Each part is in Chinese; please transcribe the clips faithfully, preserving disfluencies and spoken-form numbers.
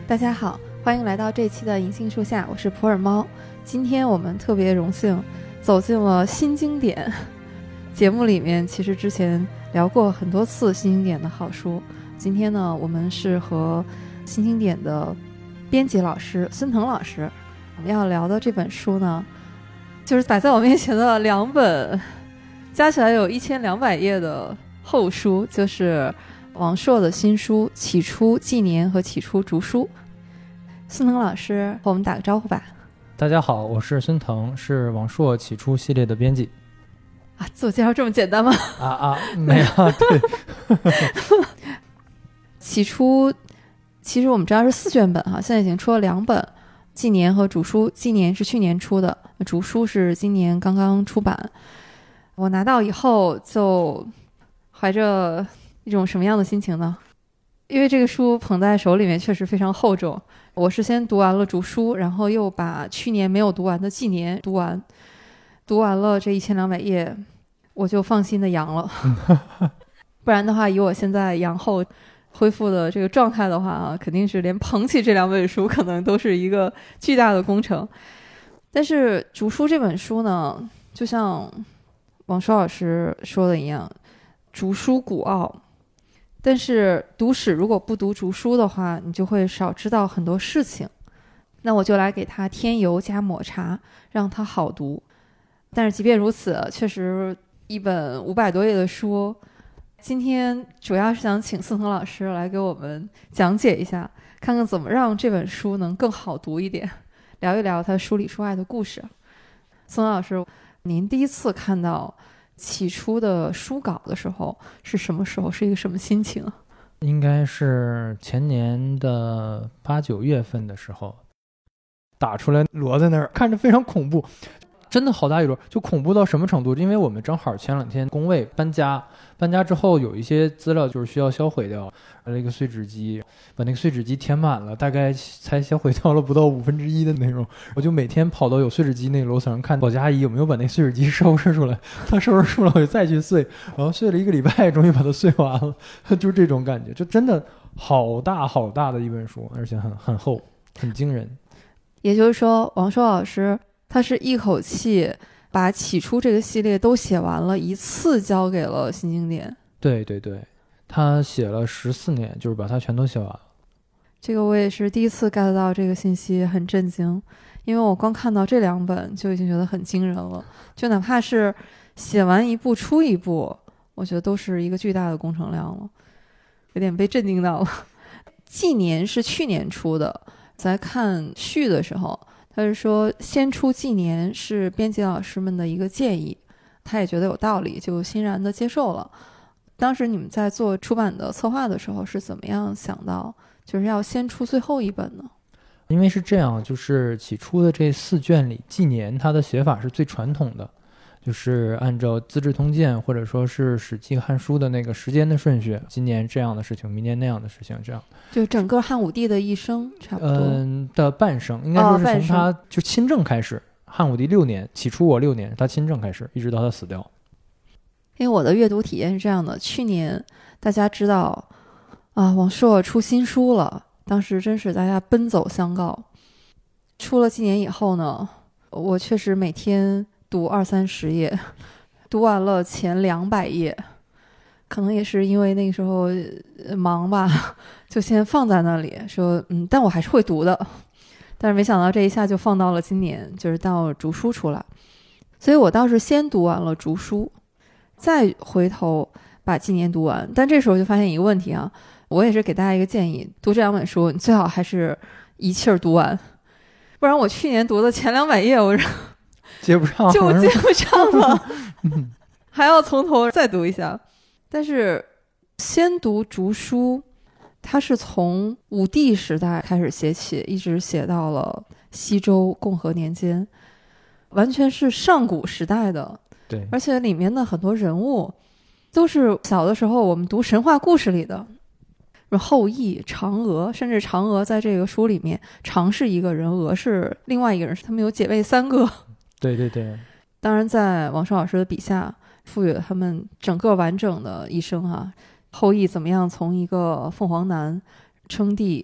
大家好，欢迎来到这期的银杏树下，我是普洱猫。今天我们特别荣幸走进了新经典节目里面，其实之前聊过很多次新经典的好书。今天呢，我们是和新经典的编辑老师孙腾老师，我们要聊的这本书呢，就是摆在我面前的两本加起来有一千两百页的厚书，就是王朔的新书《起初纪年》和《起初竹书》。孙腾老师和我们打个招呼吧。 大家好，我是孙腾，是王朔起初系列的编辑。 啊，自我介绍这么简单吗？ 啊啊，没有，对。 起初，其实我们知道是四卷本哈，现在已经出了两本，纪年和竹书。纪年是去年出的，竹书是今年刚刚出版。我拿到以后就怀着一种什么样的心情呢？因为这个书捧在手里面确实非常厚重。我是先读完了竹书，然后又把去年没有读完的纪年读完，读完了这一千两百页，我就放心的阳了。不然的话，以我现在阳后恢复的这个状态的话啊，肯定是连捧起这两本书可能都是一个巨大的工程。但是竹书这本书呢，就像王朔老师说的一样，竹书古奥，但是读史如果不读竹书的话，你就会少知道很多事情。那我就来给它添油加抹茶，让它好读。但是即便如此，确实一本五百多页的书，今天主要是想请孙腾老师来给我们讲解一下，看看怎么让这本书能更好读一点，聊一聊它书里书外的故事。孙腾老师，您第一次看到起初的书稿的时候是什么时候？是一个什么心情？ 应该是前年的八九月份的时候，打出来摞在那儿，看着非常恐怖，真的好大一摞，就恐怖到什么程度？因为我们正好前两天工位搬家，搬家之后有一些资料就是需要销毁掉，来了一个碎纸机，把那个碎纸机填满了，大概才销毁掉了不到五分之一的内容。我就每天跑到有碎纸机那个楼层看保洁阿姨有没有把那碎纸机收拾出来，她收拾出来我就再去碎，然后碎了一个礼拜，终于把它碎完了，就是这种感觉，就真的好大好大的一本书，而且很很厚，很惊人。 也就是说，王朔老师他是一口气把起初这个系列都写完了，一次交给了新经典。 对对对，他写了十四年，就是把它全都写完了。 这个我也是第一次 get 到这个信息，很震惊。因为我光看到这两本就已经觉得很惊人了，就哪怕是写完一部出一部，我觉得都是一个巨大的工程量了，有点被震惊到了。纪年是去年出的，在看序的时候他是说先出纪年是编辑老师们的一个建议，他也觉得有道理，就欣然的接受了。当时你们在做出版的策划的时候是怎么样想到就是要先出最后一本呢？ 因为是这样，就是起初的这四卷里，纪年它的写法是最传统的，就是按照资治通鉴或者说是史记汉书的那个时间的顺序，今年这样的事情，明年那样的事情，这样就整个汉武帝的一生差不多嗯的半生，应该说是从他就亲政开始、哦、汉武帝六年，起初我六年，他亲政开始一直到他死掉。 因为我的阅读体验是这样的，去年大家知道啊，王朔出新书了，当时真是大家奔走相告。出了纪年以后呢，我确实每天读二三十页，读完了前两百页，可能也是因为那个时候忙吧，就先放在那里说嗯，但我还是会读的。但是没想到这一下就放到了今年，就是到竹书出来，所以我倒是先读完了竹书，再回头把纪年读完。但这时候就发现一个问题啊，我也是给大家一个建议，读这两本书你最好还是一气儿读完，不然我去年读的前两百页我接不上， 就接不上了还要从头再读一下。但是先读竹书，它是从武帝时代开始写起，一直写到了西周共和年间，完全是上古时代的。 对， 而且里面的很多人物都是小的时候我们读神话故事里的，后羿、嫦娥，甚至嫦娥在这个书里面，嫦是一个人，娥是另外一个人，他们有姐妹三个。 对对对， 当然在王朔老师的笔下赋予了他们整个完整的一生啊。后羿怎么样从一个凤凰男称帝，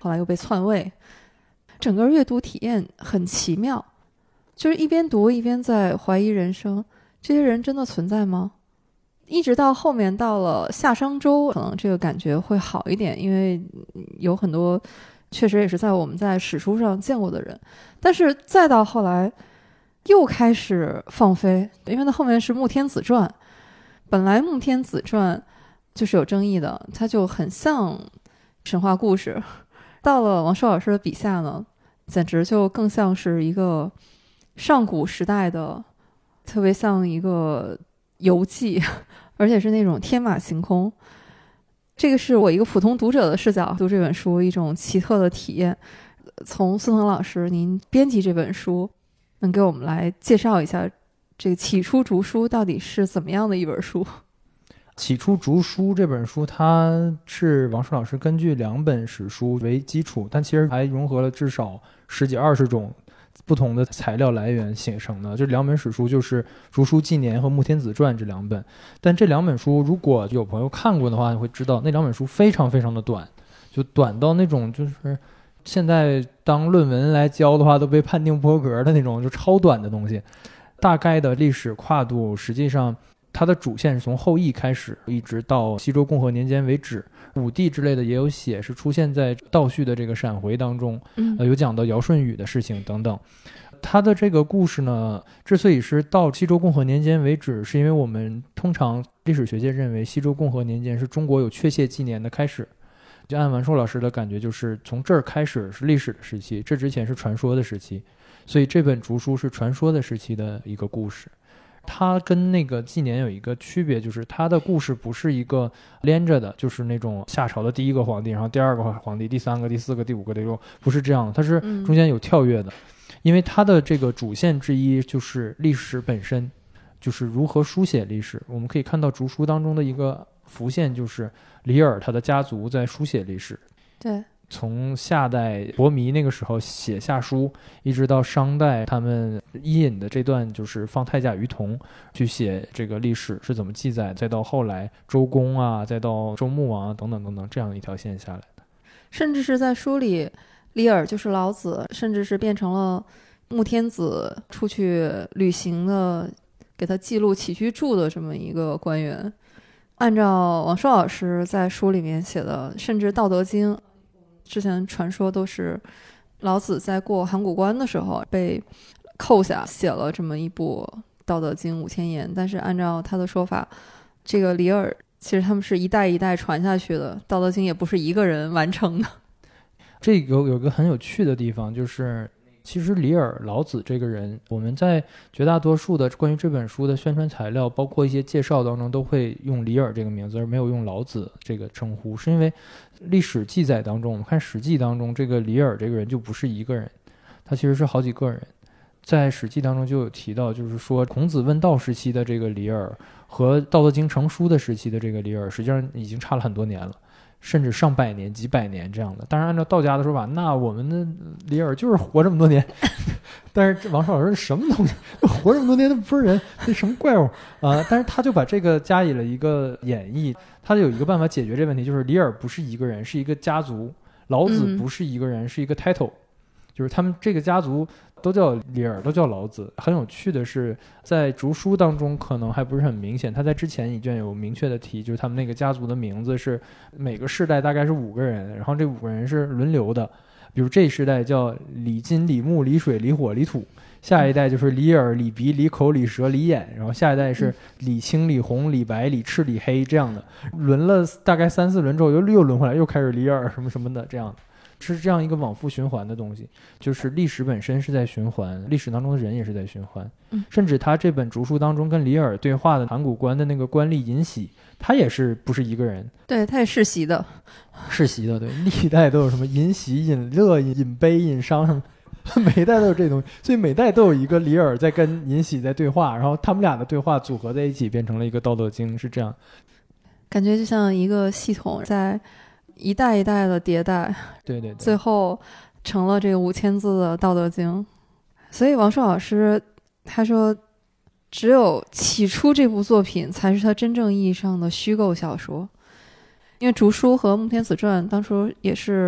后来又被篡位。整个阅读体验很奇妙，就是一边读一边在怀疑人生，这些人真的存在吗？一直到后面到了夏商周，可能这个感觉会好一点，因为有很多确实也是在我们在史书上见过的人。但是再到后来又开始放飞，因为它后面是穆天子传，本来穆天子传就是有争议的，它就很像神话故事，到了王朔老师的笔下呢，简直就更像是一个上古时代的，特别像一个游记，而且是那种天马行空。这个是我一个普通读者的视角读这本书一种奇特的体验。从孙腾老师您编辑这本书，能给我们来介绍一下这个起初竹书到底是怎么样的一本书？ 起初竹书这本书，它是王朔老师根据两本史书为基础，但其实还融合了至少十几二十种不同的材料来源写成的。这两本史书就是《竹书纪年》和《穆天子传》这两本。但这两本书如果有朋友看过的话，会知道那两本书非常非常的短，就短到那种就是现在当论文来教的话都被判定不合格的那种，就超短的东西。大概的历史跨度实际上它的主线是从后羿开始，一直到西周共和年间为止。武帝之类的也有写，是出现在倒叙的这个闪回当中，呃，有讲到尧舜禹的事情等等。他的这个故事呢，之所以是到西周共和年间为止，是因为我们通常历史学界认为西周共和年间是中国有确切纪年的开始。就按王朔老师的感觉，就是从这儿开始是历史的时期，这之前是传说的时期，所以这本竹书是传说的时期的一个故事。它跟那个纪年有一个区别，就是它的故事不是一个连着的，就是那种夏朝的第一个皇帝，然后第二个皇帝，第三个、第四个、第五个、第六个，不是这样的，它是中间有跳跃的。嗯、因为它的这个主线之一就是历史本身，就是如何书写历史。我们可以看到竹书当中的一个浮现，就是李耳他的家族在书写历史。 对。 从夏代伯弥那个时候写下书，一直到商代他们伊尹的这段就是放太甲于同去写这个历史是怎么记载，再到后来周公啊，再到周穆啊等等等等，这样一条线下来的。 甚至是在书里，李耳就是老子，甚至是变成了穆天子出去旅行的，给他记录起居注的这么一个官员。按照王朔老师在书里面写的，甚至《道德经》之前传说都是老子在过函谷关的时候被扣下写了这么一部《道德经》五千言，但是按照他的说法，这个李耳其实他们是一代一代传下去的，《道德经》也不是一个人完成的。 这有有个很有趣的地方，就是其实李耳老子这个人，我们在绝大多数的关于这本书的宣传材料包括一些介绍当中都会用李耳这个名字，而没有用老子这个称呼，是因为历史记载当中，我们看史记当中，这个李耳这个人就不是一个人，他其实是好几个人。在史记当中就有提到，就是说孔子问道时期的这个李耳和道德经成书的时期的这个李耳实际上已经差了很多年了，甚至上百年几百年这样的。当然按照道家的说法，那我们的李耳就是活这么多年但是王朔老师什么东西活这么多年，那不是人，那什么怪物啊、呃？但是他就把这个加以了一个演绎，他有一个办法解决这个问题，就是李耳不是一个人，是一个家族，老子不是一个人、嗯、是一个 title， 就是他们这个家族都叫李耳，都叫老子。很有趣的是，在竹书当中可能还不是很明显，他在之前一卷有明确的提，就是他们那个家族的名字是每个世代大概是五个人，然后这五个人是轮流的，比如这一世代叫李金、李木、李水、李火、李土，下一代就是李耳、李鼻、李口、李舌、李眼，然后下一代是李青、李红、李白、李赤、李黑，这样的轮了大概三四轮之后又又轮回来，又开始李耳什么什么的，这样的是这样一个往复循环的东西。就是历史本身是在循环，历史当中的人也是在循环、嗯、甚至他这本竹书当中跟李耳对话的函谷关的那个官吏尹喜，他也是不是一个人， 对，他也世袭的世袭的，对，历代都有什么尹喜、尹乐、尹悲、尹商什么，每一代都有这东西，所以每代都有一个李耳在跟尹喜在对话，然后他们俩的对话组合在一起变成了一个道德经，是这样。 感觉就像一个系统在一代一代的迭代， 对对对， 最后成了这个五千字的道德经。所以王朔老师他说，只有起初这部作品才是他真正意义上的虚构小说。因为竹书和穆天子传当初也是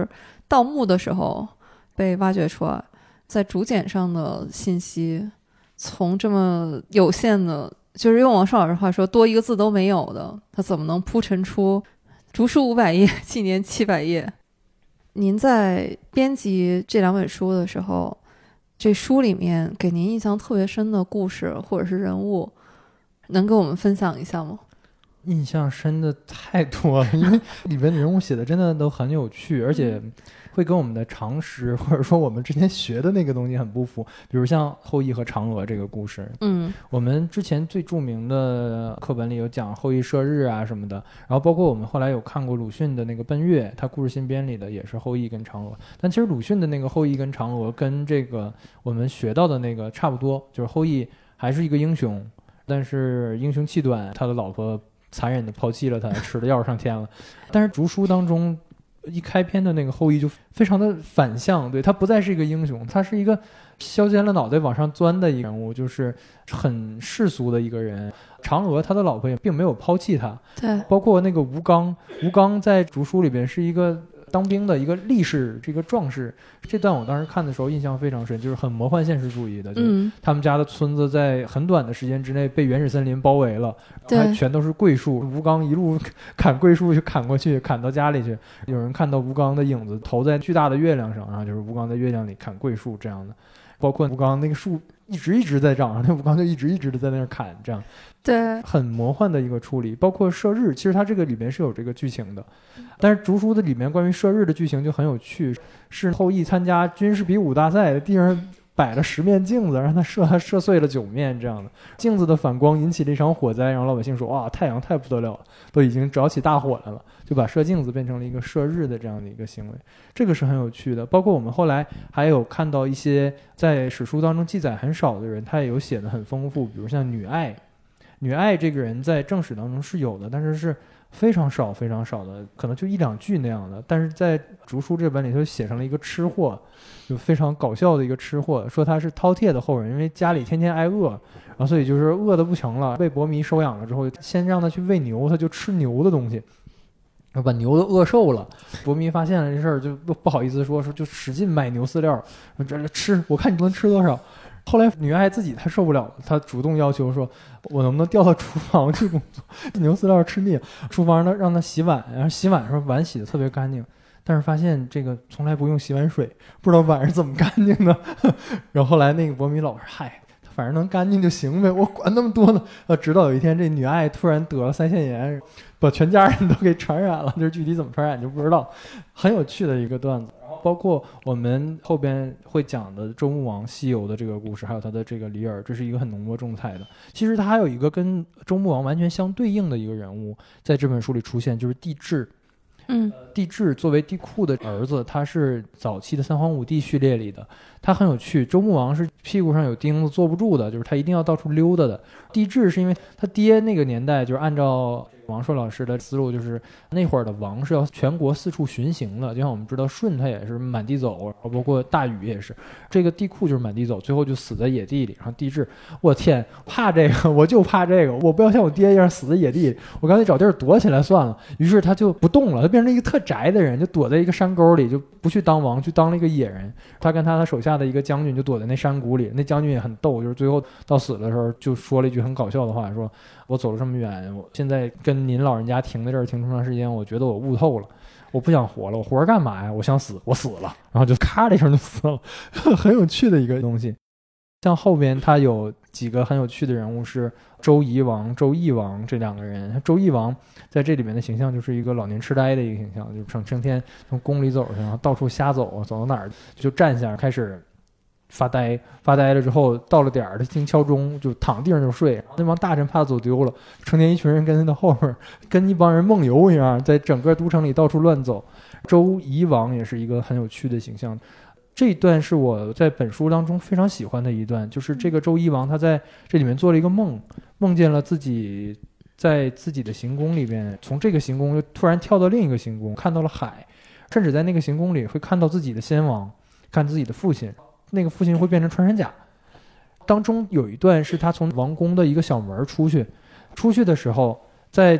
盗墓的时候被挖掘出来，在竹简上的信息从这么有限的，就是用王朔老师话说多一个字都没有的，他怎么能铺陈出竹书五百页纪年七百页？您在编辑这两本书的时候，这书里面给您印象特别深的故事或者是人物，能跟我们分享一下吗？ 印象深的太多了，因为里边的人物写的真的都很有趣，而且会跟我们的常识或者说我们之前学的那个东西很不符。比如像后羿和嫦娥这个故事， 嗯， 我们之前最著名的课本里有讲后羿射日啊什么的，然后包括我们后来有看过鲁迅的那个《奔月》，他故事新编里的也是后羿跟嫦娥。但其实鲁迅的那个后羿跟嫦娥跟这个我们学到的那个差不多，就是后羿还是一个英雄，但是英雄气短，他的老婆残忍的抛弃了他，吃了药上天了。但是竹书当中一开篇的那个后羿就非常的反向，对，他不再是一个英雄，他是一个削尖了脑袋往上钻的一个人物，就是很世俗的一个人。嫦娥他的老婆也并没有抛弃他， 对， 包括那个吴刚，吴刚在竹书里边是一个当兵的一个力士，这个壮士。这段我当时看的时候印象非常深，就是很魔幻现实主义的，就是他们家的村子在很短的时间之内被原始森林包围了，然后还全都是桂树，吴刚一路砍桂树就砍过去，砍到家里去。有人看到吴刚的影子投在巨大的月亮上，然后就是吴刚在月亮里砍桂树这样的。包括吴刚那个树一直一直在长，那吴刚就一直一直的在那儿砍，这样对， 很魔幻的一个处理。包括射日，其实它这个里面是有这个剧情的，但是竹书的里面关于射日的剧情就很有趣，是后羿参加军事比武大赛，地上摆了十面镜子，让他射，他射碎了九面，这样的镜子的反光引起了一场火灾，然后老百姓说哇，太阳太不得了了，都已经着起大火来了，就把射镜子变成了一个射日的这样的一个行为，这个是很有趣的。包括我们后来还有看到一些在史书当中记载很少的人，他也有写的很丰富，比如像女爱，女爱这个人在正史当中是有的，但是是非常少非常少的，可能就一两句那样的。但是在竹书这本里头写成了一个吃货，就非常搞笑的一个吃货，说他是饕餮的后人，因为家里天天挨饿，然后所以就是饿得不成了，被伯弥收养了之后，先让他去喂牛，他就吃牛的东西，然后把牛都饿瘦了。伯弥发现了这事儿，就不不好意思说，说就使劲买牛饲料，这吃，我看你能吃多少。后来女爱自己她受不了了，她主动要求说，我能不能调到厨房去工作，牛饲料吃腻了，厨房呢让她洗碗，然后洗碗的时候碗洗的特别干净，但是发现这个从来不用洗碗水，不知道碗是怎么干净的。然后后来那个伯弥老师，嗨，反正能干净就行呗，我管那么多呢。呃，直到有一天这女爱突然得了腮腺炎，把全家人都给传染了，这具体怎么传染就不知道，很有趣的一个段子。包括我们后边会讲的周穆王西游的这个故事，还有他的这个李耳，这是一个很浓墨重彩的。其实他还有一个跟周穆王完全相对应的一个人物在这本书里出现，就是帝挚。 嗯， 帝挚作为帝喾的儿子，他是早期的三皇五帝序列里的，他很有趣。周穆王是屁股上有钉子坐不住的，就是他一定要到处溜达的。帝挚是因为他爹那个年代就是按照王朔老师的思路，就是那会儿的王是要全国四处巡行的，就像我们知道舜他也是满地走，包括大禹也是，这个帝喾就是满地走，最后就死在野地里。然后帝挚，我天，怕这个，我就怕这个，我不要像我爹一样死在野地里，我干脆找地儿躲起来算了。于是他就不动了，他变成一个特宅的人，就躲在一个山沟里，就不去当王，去当了一个野人。他跟他的手下的一个将军就躲在那山谷里，那将军也很逗，就是最后到死的时候就说了一句很搞笑的话，说我走了这么远，我现在跟您老人家停在这儿停这么长时间，我觉得我悟透了，我不想活了，我活着干嘛呀？我想死，我死了，然后就咔的一声就死了，很有趣的一个东西。像后边他有几个很有趣的人物是周夷王、周懿王这两个人。周懿王在这里面的形象就是一个老年痴呆的一个形象，就是成成天从宫里走去，然后到处瞎走，走到哪儿就站下开始发呆，发呆了之后到了点儿，他听敲钟就躺地上就睡。那帮大臣怕他走丢了，成天一群人跟在他后面，跟一帮人梦游一样，在整个都城里到处乱走。周夷王也是一个很有趣的形象。这一段是我在本书当中非常喜欢的一段，就是这个周夷王他在这里面做了一个梦，梦见了自己在自己的行宫里边，从这个行宫又突然跳到另一个行宫，看到了海，甚至在那个行宫里会看到自己的先王，看自己的父亲，那个父亲会变成穿山甲。当中有一段是他从王宫的一个小门出去，出去的时候在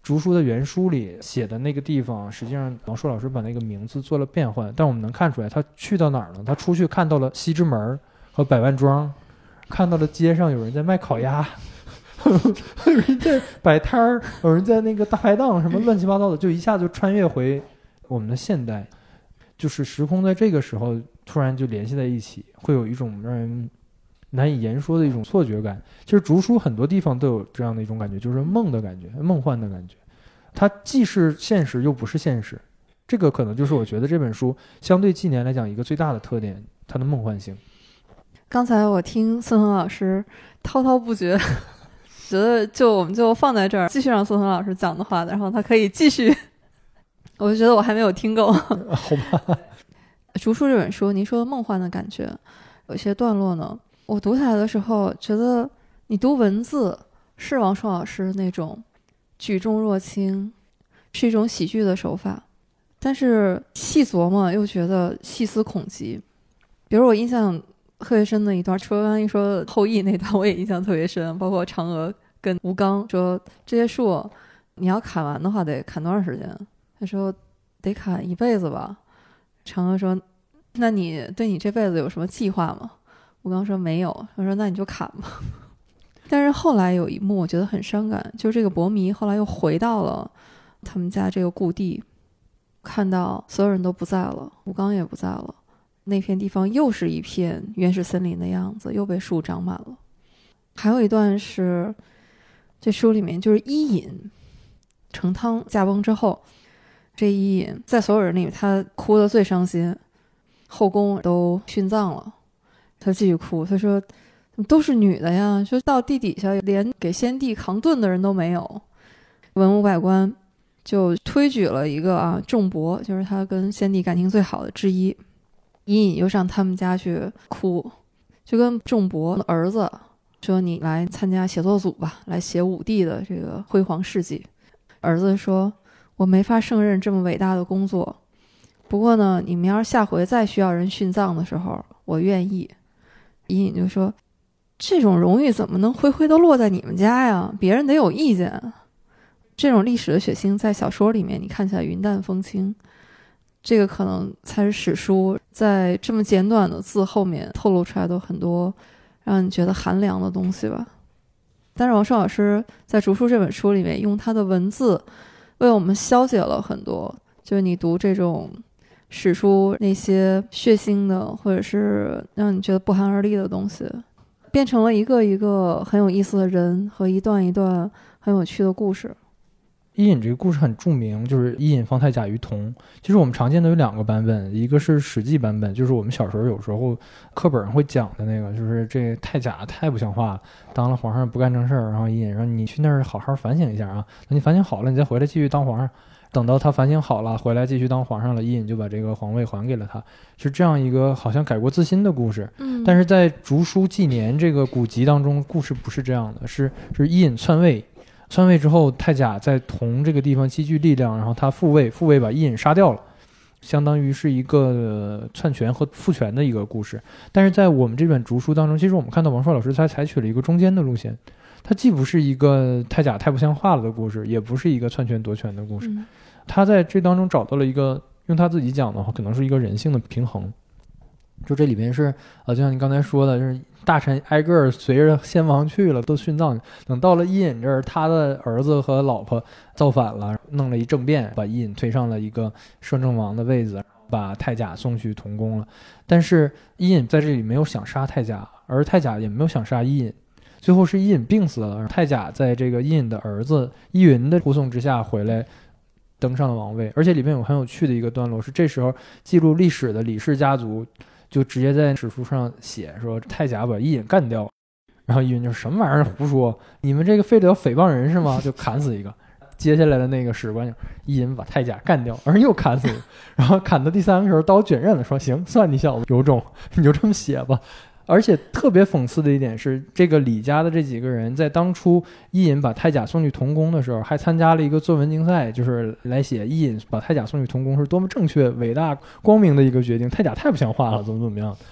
竹书的原书里写的那个地方，实际上王朔老师把那个名字做了变换，但我们能看出来他去到哪儿呢？他出去看到了西直门和百万庄，看到了街上有人在卖烤鸭，有人在摆摊儿，有人在那个大排档，什么乱七八糟的，就一下就穿越回我们的现代，就是时空在这个时候突然就联系在一起，会有一种让人难以言说的一种错觉感。其实竹书很多地方都有这样的一种感觉，就是梦的感觉，梦幻的感觉，它既是现实又不是现实。这个可能就是我觉得这本书相对纪年来讲一个最大的特点，它的梦幻性。 刚才我听孙恒老师滔滔不绝觉得就我们就放在这儿继续让孙恒老师讲的话，然后他可以继续我就觉得我还没有听够好吧。 竹书这本书您说的梦幻的感觉，有些段落呢我读下来的时候觉得你读文字是王朔老师那种举重若轻，是一种喜剧的手法，但是细琢磨又觉得细思恐极。比如我印象特别深的一段，除了刚才一说后羿那段我也印象特别深，包括嫦娥跟吴刚说这些树你要砍完的话得砍多长时间，他说得砍一辈子吧。嫦娥说那你对你这辈子有什么计划吗？吴刚说没有。他说那你就砍吧。但是后来有一幕我觉得很伤感，就是这个伯弥后来又回到了他们家这个故地，看到所有人都不在了，吴刚也不在了，那片地方又是一片原始森林的样子，又被树长满了。还有一段是这书里面就是伊尹成汤驾崩之后，这伊尹在所有人里面他哭得最伤心，后宫都殉葬了，他继续哭，他说都是女的呀，说到地底下连给先帝扛盾的人都没有。文武百官就推举了一个啊仲伯，就是他跟先帝感情最好的之一，伊尹又上他们家去哭，就跟仲伯的儿子说你来参加写作组吧，来写武帝的这个辉煌事迹。儿子说我没法胜任这么伟大的工作，不过呢你们要是下回再需要人殉葬的时候我愿意。伊尹就说这种荣誉怎么能灰灰都落在你们家呀，别人得有意见。这种历史的血腥在小说里面你看起来云淡风轻，这个可能才是史书在这么简短的字后面透露出来的很多让你觉得寒凉的东西吧。但是王朔老师在竹书这本书里面用他的文字为我们消解了很多，就是你读这种史书那些血腥的或者是让你觉得不寒而栗的东西，变成了一个一个很有意思的人和一段一段很有趣的故事。 伊尹这个故事很著名，就是伊尹放太甲于铜。其实我们常见的有两个版本，一个是史记版本，就是我们小时候有时候课本上会讲的那个，就是这太甲太不像话了，当了皇上不干正事儿，然后伊尹说你去那儿好好反省一下啊，等你反省好了你再回来继续当皇上。等到他反省好了回来继续当皇上了，伊尹就把这个皇位还给了他，是这样一个好像改过自新的故事。 嗯， 但是在竹书纪年这个古籍当中，故事不是这样的，是是伊尹篡位，篡位之后太甲在铜这个地方积聚力量，然后他复位，复位把伊尹杀掉了，相当于是一个、呃、篡权和复权的一个故事。但是在我们这本竹书当中，其实我们看到王朔老师他采取了一个中间的路线，他既不是一个太甲太不像话了的故事，也不是一个篡权夺权的故事、嗯、他在这当中找到了一个，用他自己讲的话可能是一个人性的平衡。就这里边是呃，就像你刚才说的，就是大臣挨个随着先王去了都殉葬，等到了伊尹这儿，他的儿子和老婆造反了，弄了一政变，把伊尹推上了一个摄政王的位子，把太甲送去同宫了。但是伊尹在这里没有想杀太甲，而太甲也没有想杀伊尹，最后是伊尹病死了，太甲在这个伊尹的儿子伊云的护送之下回来登上了王位。而且里面有很有趣的一个段落，是这时候记录历史的李氏家族就直接在史书上写说太甲把伊尹干掉，然后伊尹就什么玩意儿胡说，你们这个非得要诽谤人是吗？就砍死一个。接下来的那个史官伊尹把太甲干掉，而又砍死一个，然后砍到第三个时候刀卷刃了，说行，算你小子有种，你就这么写吧。而且特别讽刺的一点是，这个李家的这几个人在当初伊尹把太甲送去同宫的时候，还参加了一个作文竞赛，就是来写伊尹把太甲送去同宫是多么正确、伟大、光明的一个决定。太甲太不像话了，怎么怎么样。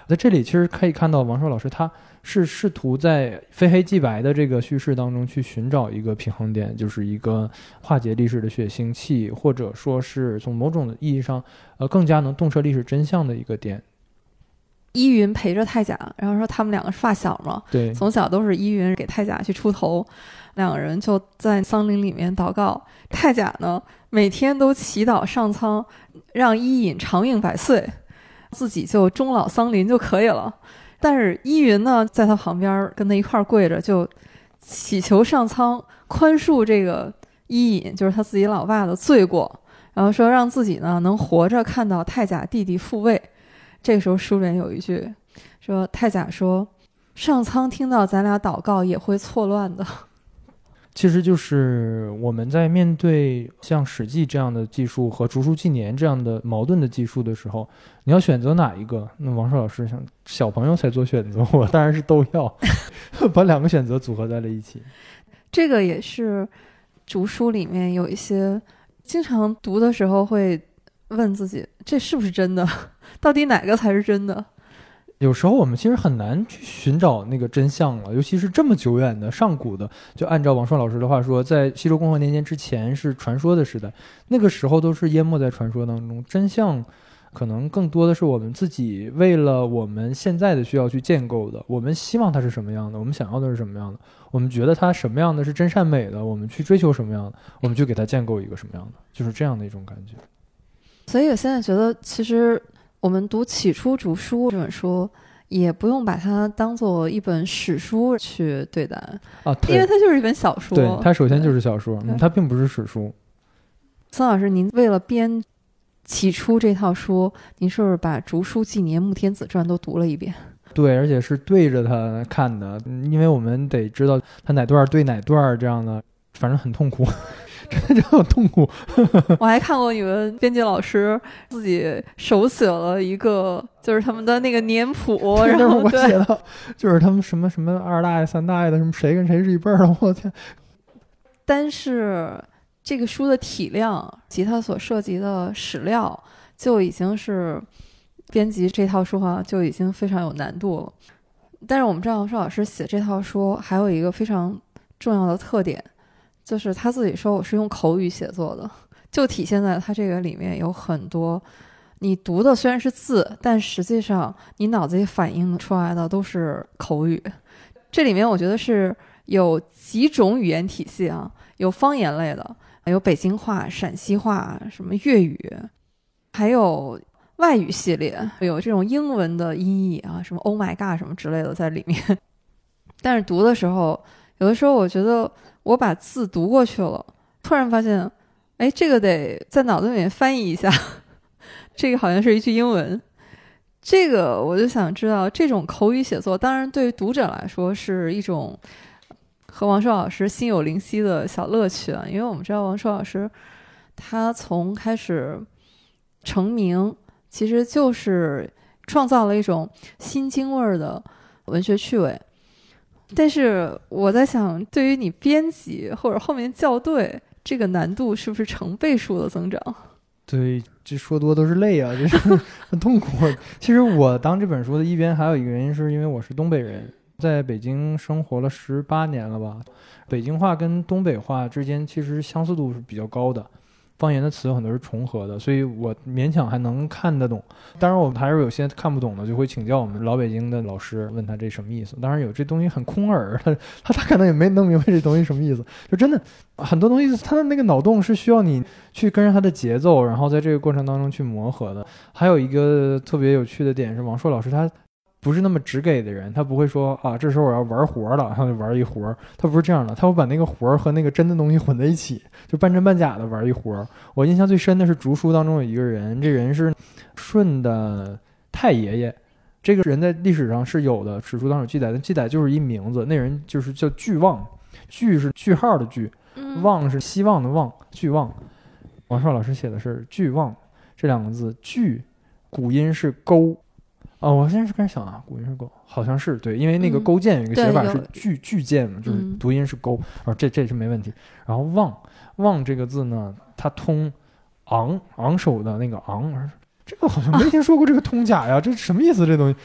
在这里其实可以看到王朔老师他是试图在非黑即白的这个叙事当中去寻找一个平衡点，就是一个化解历史的血腥气，或者说是从某种意义上呃更加能洞彻历史真相的一个点。 依云陪着太甲，然后说他们两个是发小嘛， 对， 从小都是依云给太甲去出头，两个人就在桑林里面祷告。太甲呢每天都祈祷上苍让伊尹长命百岁，自己就终老桑林就可以了。但是依云呢在他旁边跟他一块跪着，就祈求上苍宽恕这个伊尹，就是他自己老爸的罪过，然后说让自己呢能活着看到太甲弟弟复位。这个时候书里面有一句说，太甲说上苍听到咱俩祷告也会错乱的。 其实就是我们在面对像史记这样的技术和竹书纪年这样的矛盾的技术的时候，你要选择哪一个？那王朔老师想小朋友才做选择，我当然是都要把两个选择组合在了一起。 这个也是竹书里面有一些经常读的时候会问自己，这是不是真的？到底哪个才是真的？ 有时候我们其实很难去寻找那个真相了，尤其是这么久远的上古的，就按照王朔老师的话说，在西周共和年间之前是传说的时代，那个时候都是淹没在传说当中，真相可能更多的是我们自己为了我们现在的需要去建构的，我们希望它是什么样的，我们想要的是什么样的，我们觉得它什么样的是真善美的，我们去追求什么样的，我们就给它建构一个什么样的，就是这样的一种感觉。 所以我现在觉得其实我们读《起初竹书》这本书也不用把它当做一本史书去对待啊， 因为它就是一本小说。 对，它首先就是小说，嗯，它并不是史书。 孙老师，您为了编《起初》这套书，您是不是把《竹书纪年》《穆天子传》都读了一遍？ 对，而且是对着它看的，因为我们得知道它哪段对哪段这样的，反正很痛苦。真的很痛苦。 我还看过你们编辑老师自己手写了一个，就是他们的那个年谱，然后我写的就是他们什么什么二大爷三大爷的，什么谁跟谁是一辈儿的，我天！ 但是这个书的体量及它所涉及的史料，就已经是编辑这套书哈就已经非常有难度了。但是我们知道王朔老师写这套书还有一个非常重要的特点，就是他自己说我是用口语写作的，就体现在他这个里面有很多你读的虽然是字，但实际上你脑子里反映出来的都是口语。这里面我觉得是有几种语言体系啊，有方言类的，有北京话、陕西话、什么粤语，还有外语系列，有这种英文的音译啊，什么 Oh my God 什么之类的在里面。但是读的时候，有的时候我觉得我把字读过去了，突然发现，哎，这个得在脑子里面翻译一下，这个好像是一句英文。这个我就想知道，这种口语写作，当然对于读者来说是一种和王朔老师心有灵犀的小乐趣啊，因为我们知道王朔老师他从开始成名，其实就是创造了一种新京味的文学趣味。但是我在想，对于你编辑或者后面校对，这个难度是不是成倍数的增长？ 对，这说多都是泪啊，这是很痛苦。其实我当这本书的一边还有一个原因，是因为我是东北人，在北京生活了十八年了吧。北京话跟东北话之间其实相似度是比较高的，方言的词有很多是重合的，所以我勉强还能看得懂。当然我还是有些看不懂的，就会请教我们老北京的老师，问他这什么意思。当然有这东西很空耳，他他他可能也没弄明白这东西什么意思。就真的很多东西，他的那个脑洞是需要你去跟着他的节奏，然后在这个过程当中去磨合的。还有一个特别有趣的点是，王朔老师他不是那么直给的人，他不会说啊，这时候我要玩活了，然后就玩一活，他不是这样的，他会把那个活和那个真的东西混在一起，就半真半假的玩一活。我印象最深的是竹书当中有一个人，这人是舜的太爷爷，这个人在历史上是有的，史书当中有记载，但记载就是一名字，那人就是叫巨望，巨是句号的句，望是希望的望，巨望。王朔老师写的是巨望这两个字，巨古音是勾。哦，我现在是开始想啊，古音是勾，好像是对，因为那个勾践有一个写法是巨巨剑嘛，就是读音是勾，哦，这这是没问题。然后望望这个字呢，它通昂昂首的那个昂，这个好像没听说过这个通假呀，这什么意思？这东西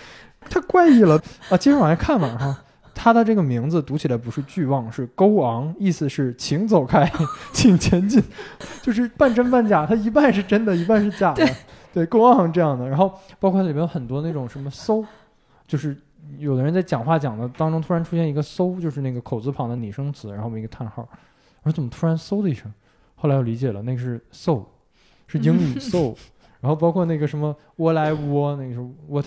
太怪异了啊！接着往下看嘛哈。他的这个名字读起来不是巨望，是 go on， 意思是请走开，请前进，就是半真半假，他一半是真的，一半是假的。对 ，go on 这样的。然后包括里面有很多那种什么 so， 就是有的人在讲话讲的当中突然出现一个 so， 就是那个口字旁的拟声词，然后我们一个叹号。我说怎么突然 so 的一声？后来我理解了，那个是 so， 是英语 so。然后包括那个什么窝来窝，那个是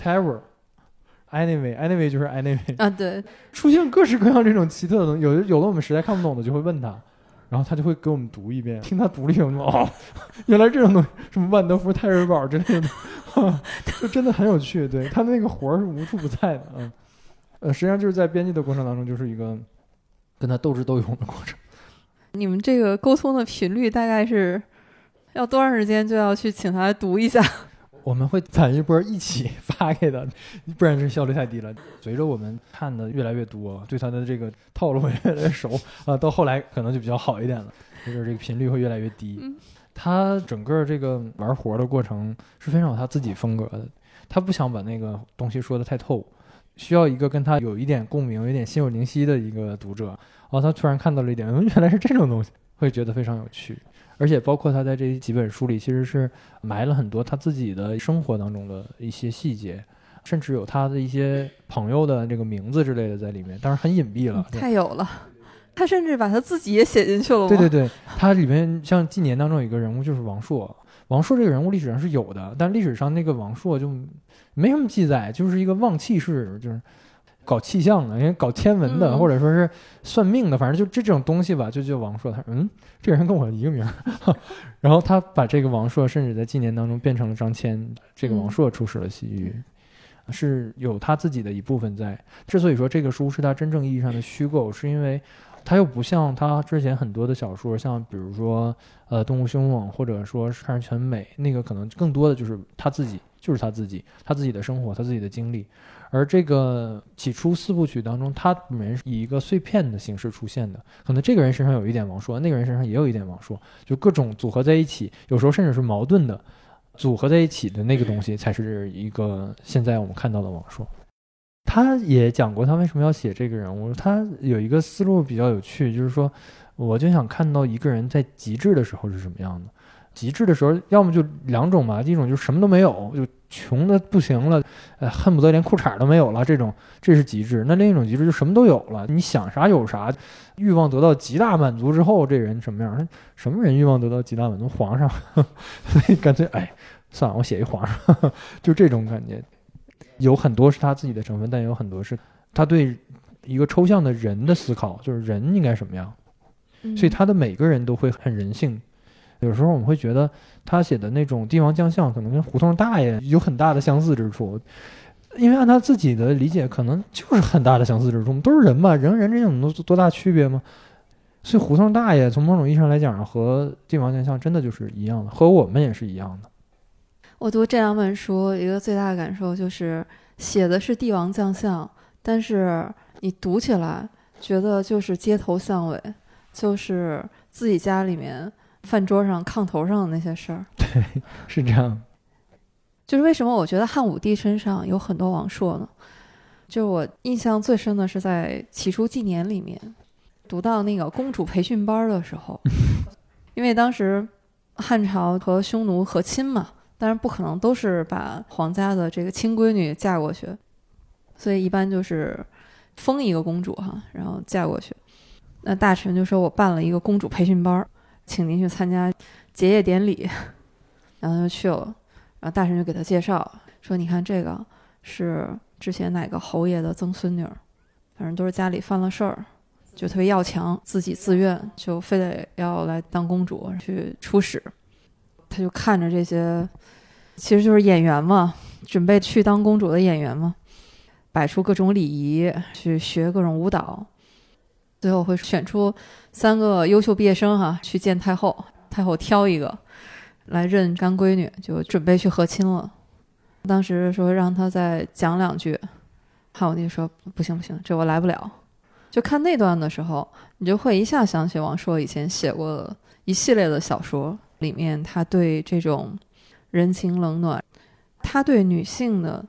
whatever。Anyway, anyway 就是 anyway 啊，对， 出现各式各样这种奇特的东西，有的有的我们实在看不懂的就会问他，然后他就会给我们读一遍，听他读了以后就哦，原来这种东西，什么万德福、泰瑞堡之类的，就真的很有趣。对，他的那个活是无处不在的，嗯，呃，实际上就是在编辑的过程当中，就是一个跟他斗智斗勇的过程。 你们这个沟通的频率大概是要多长时间就要去请他来读一下？ 我们会攒一波一起发给他，不然这效率太低了。随着我们看的越来越多，对他的这个套路越来越熟啊、呃，到后来可能就比较好一点了，就是这个频率会越来越低。嗯、他整个这个玩活的过程是非常有他自己风格的，他不想把那个东西说得太透，需要一个跟他有一点共鸣、有点心有灵犀的一个读者。然后他突然看到了一点，嗯，原来是这种东西，会觉得非常有趣。而且包括他在这几本书里其实是埋了很多他自己的生活当中的一些细节，甚至有他的一些朋友的这个名字之类的在里面，当然很隐蔽了、 嗯、太有了，他甚至把他自己也写进去了吗？ 对对对，他里面像纪年当中有一个人物就是王朔，王朔这个人物历史上是有的，但历史上那个王朔就没什么记载，就是一个望气式，就是搞气象的，因为搞天文的、嗯、或者说是算命的，反正就这种东西吧，就叫王朔。他说嗯，这个人跟我一个名然后他把这个王朔甚至在纪年当中变成了张骞，这个王朔出使了西域、嗯、是有他自己的一部分在。之所以说这个书是他真正意义上的虚构，是因为他又不像他之前很多的小说，像比如说呃动物凶猛或者说是看人全美，那个可能更多的就是他自己，就是他自己他自己的生活，他自己的经历。而这个起初四部曲当中，他本人以一个碎片的形式出现的，可能这个人身上有一点王朔，那个人身上也有一点王朔，就各种组合在一起，有时候甚至是矛盾的组合在一起的那个东西，才是一个现在我们看到的王朔。他也讲过他为什么要写这个人物，他有一个思路比较有趣，就是说我就想看到一个人在极致的时候是什么样的。极致的时候要么就两种嘛，一种就是什么都没有，就穷的不行了，呃，恨不得连裤衩都没有了，这种这是极致。那另一种极致就什么都有了，你想啥有啥，欲望得到极大满足之后，这人什么样？什么人欲望得到极大满足？皇上，所以干脆哎，算了，我写一皇上，就这种感觉。有很多是他自己的成分，但有很多是他对一个抽象的人的思考，就是人应该什么样。所以他的每个人都会很人性。有时候我们会觉得他写的那种帝王将相可能跟胡同大爷有很大的相似之处，因为按他自己的理解可能就是很大的相似之处，都是人嘛，人和人之间有多大区别吗？所以胡同大爷从某种意义上来讲和帝王将相真的就是一样的，和我们也是一样的。 我读这两本书一个最大的感受就是写的是帝王将相，但是你读起来觉得就是街头巷尾，就是自己家里面饭桌上炕头上的那些事儿。 对，是这样。 就是为什么我觉得汉武帝身上有很多王朔呢？就是我印象最深的是在起初纪年里面读到那个公主培训班的时候因为当时汉朝和匈奴和亲嘛，当然不可能都是把皇家的这个亲闺女嫁过去，所以一般就是封一个公主哈，然后嫁过去。那大臣就说我办了一个公主培训班，请您去参加结业典礼，然后就去了。然后大臣就给他介绍说，你看这个是之前哪个侯爷的曾孙女，反正都是家里犯了事儿，就特别要强，自己自愿就非得要来当公主去出使。他就看着这些其实就是演员嘛，准备去当公主的演员嘛，摆出各种礼仪，去学各种舞蹈，最后会选出三个优秀毕业生哈，去见太后，太后挑一个来认干闺女，就准备去和亲了。当时说让他再讲两句，汉武帝说不行不行，这我来不了。就看那段的时候，你就会一下想起王朔以前写过一系列的小说，里面他对这种人情冷暖，他对女性的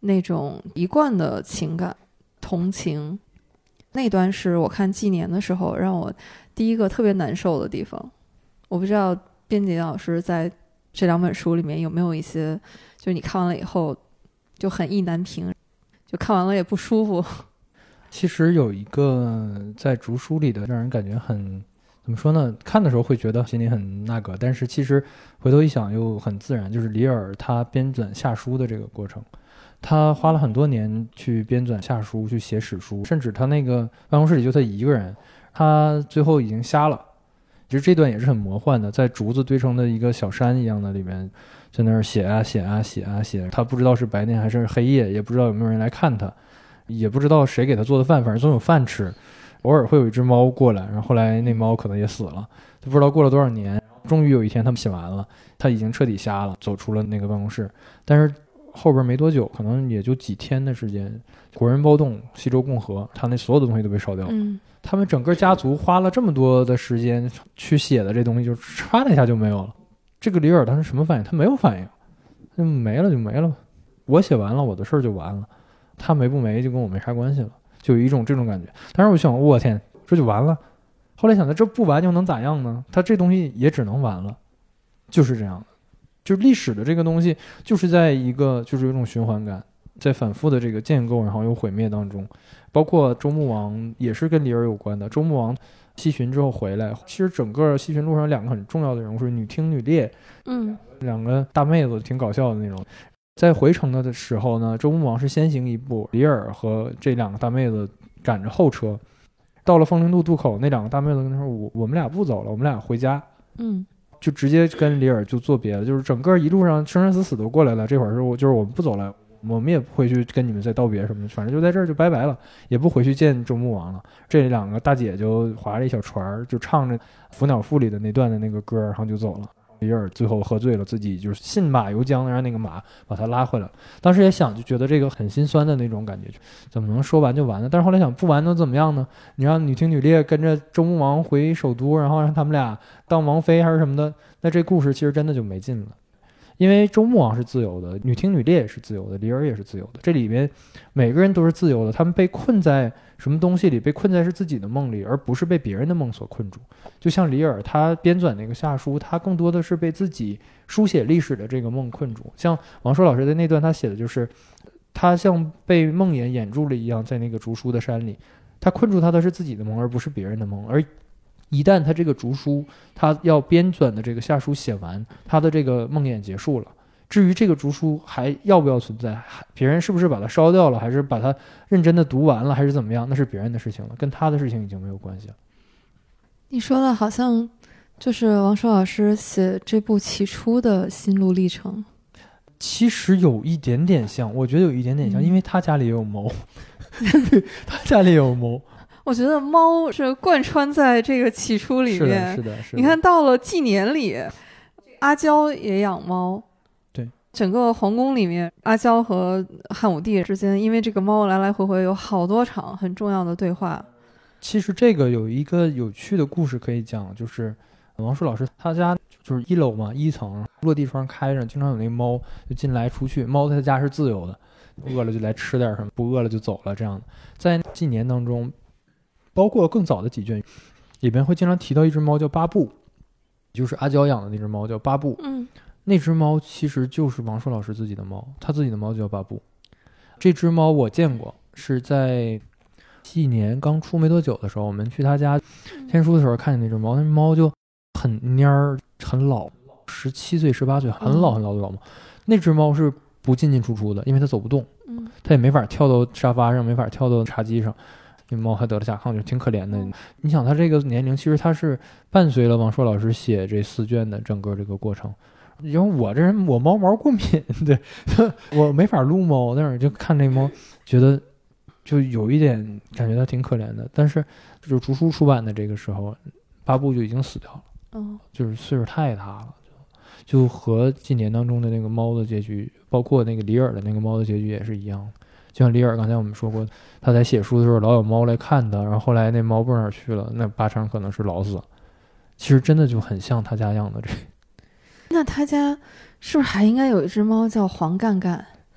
那种一贯的情感同情。那段是我看纪年的时候让我第一个特别难受的地方。我不知道编辑老师在这两本书里面有没有一些就是你看完了以后就很意难平，就看完了也不舒服。 其实有一个在竹书里的让人感觉很怎么说呢，看的时候会觉得心里很那个，但是其实回头一想又很自然，就是李耳他编纂下书的这个过程。他花了很多年去编纂下书，去写史书，甚至他那个办公室里就他一个人，他最后已经瞎了。其实这段也是很魔幻的，在竹子堆成的一个小山一样的里面，在那儿写啊写啊写啊写，他不知道是白天还是黑夜，也不知道有没有人来看他，也不知道谁给他做的饭，反正总有饭吃。偶尔会有一只猫过来，然后后来那猫可能也死了，就不知道过了多少年，终于有一天他们写完了，他已经彻底瞎了，走出了那个办公室。但是后边没多久，可能也就几天的时间，国人暴动，西周共和，他那所有的东西都被烧掉了。 嗯， 他们整个家族花了这么多的时间去写的这东西，就唰的一下就没有了。这个李耳他是什么反应？他没有反应，就没了就没了。我写完了，我的事儿就完了，他没不没就跟我没啥关系了，就有一种这种感觉。当时我想，我天，这就完了。后来想到这不完就能咋样呢？他这东西也只能完了，就是这样的。就是历史的这个东西，就是在一个就是有一种循环感，在反复的这个建构然后又毁灭当中。包括周穆王也是跟李耳有关的。周穆王西巡之后回来，其实整个西巡路上两个很重要的人物是女听女烈， 嗯， 两个大妹子挺搞笑的那种。在回城的时候呢，周穆王是先行一步，李耳和这两个大妹子赶着后车，到了风陵渡渡口，那两个大妹子跟他说：“我我们俩不走了，我们俩回家。” 嗯， 就直接跟李耳就做别的，就是整个一路上生生死死都过来了。这会儿是我就是我们不走了，我们也不回去跟你们再道别什么的，反正就在这儿就拜拜了，也不回去见周穆王了。这两个大姐就划着一小船，就唱着《伏鸟赋》里的那段的那个歌，然后就走了。李耳最后喝醉了，自己就是信马由缰，让那个马把他拉回来了。当时也想，就觉得这个很心酸的那种感觉，怎么能说完就完了？但是后来想，不完能怎么样呢？你让女听女烈跟着周穆王回首都，然后让他们俩当王妃还是什么的，那这故事其实真的就没劲了。因为周穆王是自由的，女听女烈也是自由的，李耳也是自由的，这里边每个人都是自由的，他们被困在什么东西里？被困在是自己的梦里，而不是被别人的梦所困住。就像李耳他编纂那个下书，他更多的是被自己书写历史的这个梦困住。像王朔老师的那段，他写的就是他像被梦魇掩住了一样，在那个竹书的山里，他困住他的是自己的梦，而不是别人的梦。而一旦他这个竹书他要编纂的这个下书写完，他的这个梦魇结束了。至于这个竹书还要不要存在，别人是不是把它烧掉了，还是把它认真的读完了，还是怎么样，那是别人的事情了，跟他的事情已经没有关系了。 你说的好像就是王朔老师写这部起初的心路历程。 其实有一点点像，我觉得有一点点像， 嗯、 因为他家里也有猫他家里也有猫。 我觉得猫是贯穿在这个起初里面， 是的，是的，是的。 你看到了纪年里，阿娇也养猫。 对， 整个皇宫里面，阿娇和汉武帝之间，因为这个猫来来回回有好多场很重要的对话。 其实这个有一个有趣的故事可以讲，就是王朔老师他家就是一楼嘛，一层落地窗开着，经常有那猫就进来出去，猫在他家是自由的，饿了就来吃点什么，不饿了就走了这样的。在纪年当中，包括更早的几卷里边会经常提到一只猫叫巴布，就是阿娇养的那只猫叫巴布。 嗯， 那只猫其实就是王朔老师自己的猫，他自己的猫就叫巴布。这只猫我见过，是在纪年刚出没多久的时候，我们去他家签书的时候看见那只猫，那只猫就很蔫儿很老，十七岁十八岁很老很老的老猫。那只猫是不进进出出的，因为它走不动， 嗯， 它也没法跳到沙发上，没法跳到茶几上。那猫还得了甲亢，就挺可怜的。嗯、你想，它这个年龄，其实它是伴随了王朔老师写这四卷的整个这个过程。因为我这人我猫毛过敏，对我没法撸猫，但是就看这猫，觉得就有一点感觉它挺可怜的。但是就是竹书出版的这个时候，巴布就已经死掉了， 嗯， 就是岁数太大了，就就和纪年当中的那个猫的结局，包括那个李耳的那个猫的结局也是一样的。就像李耳刚才我们说过，他在写书的时候老有猫来看他，然后后来那猫不知道哪儿去了，那八成可能是老死了。其实真的就很像他家养的这个。 那他家是不是还应该有一只猫叫黄干干？ 有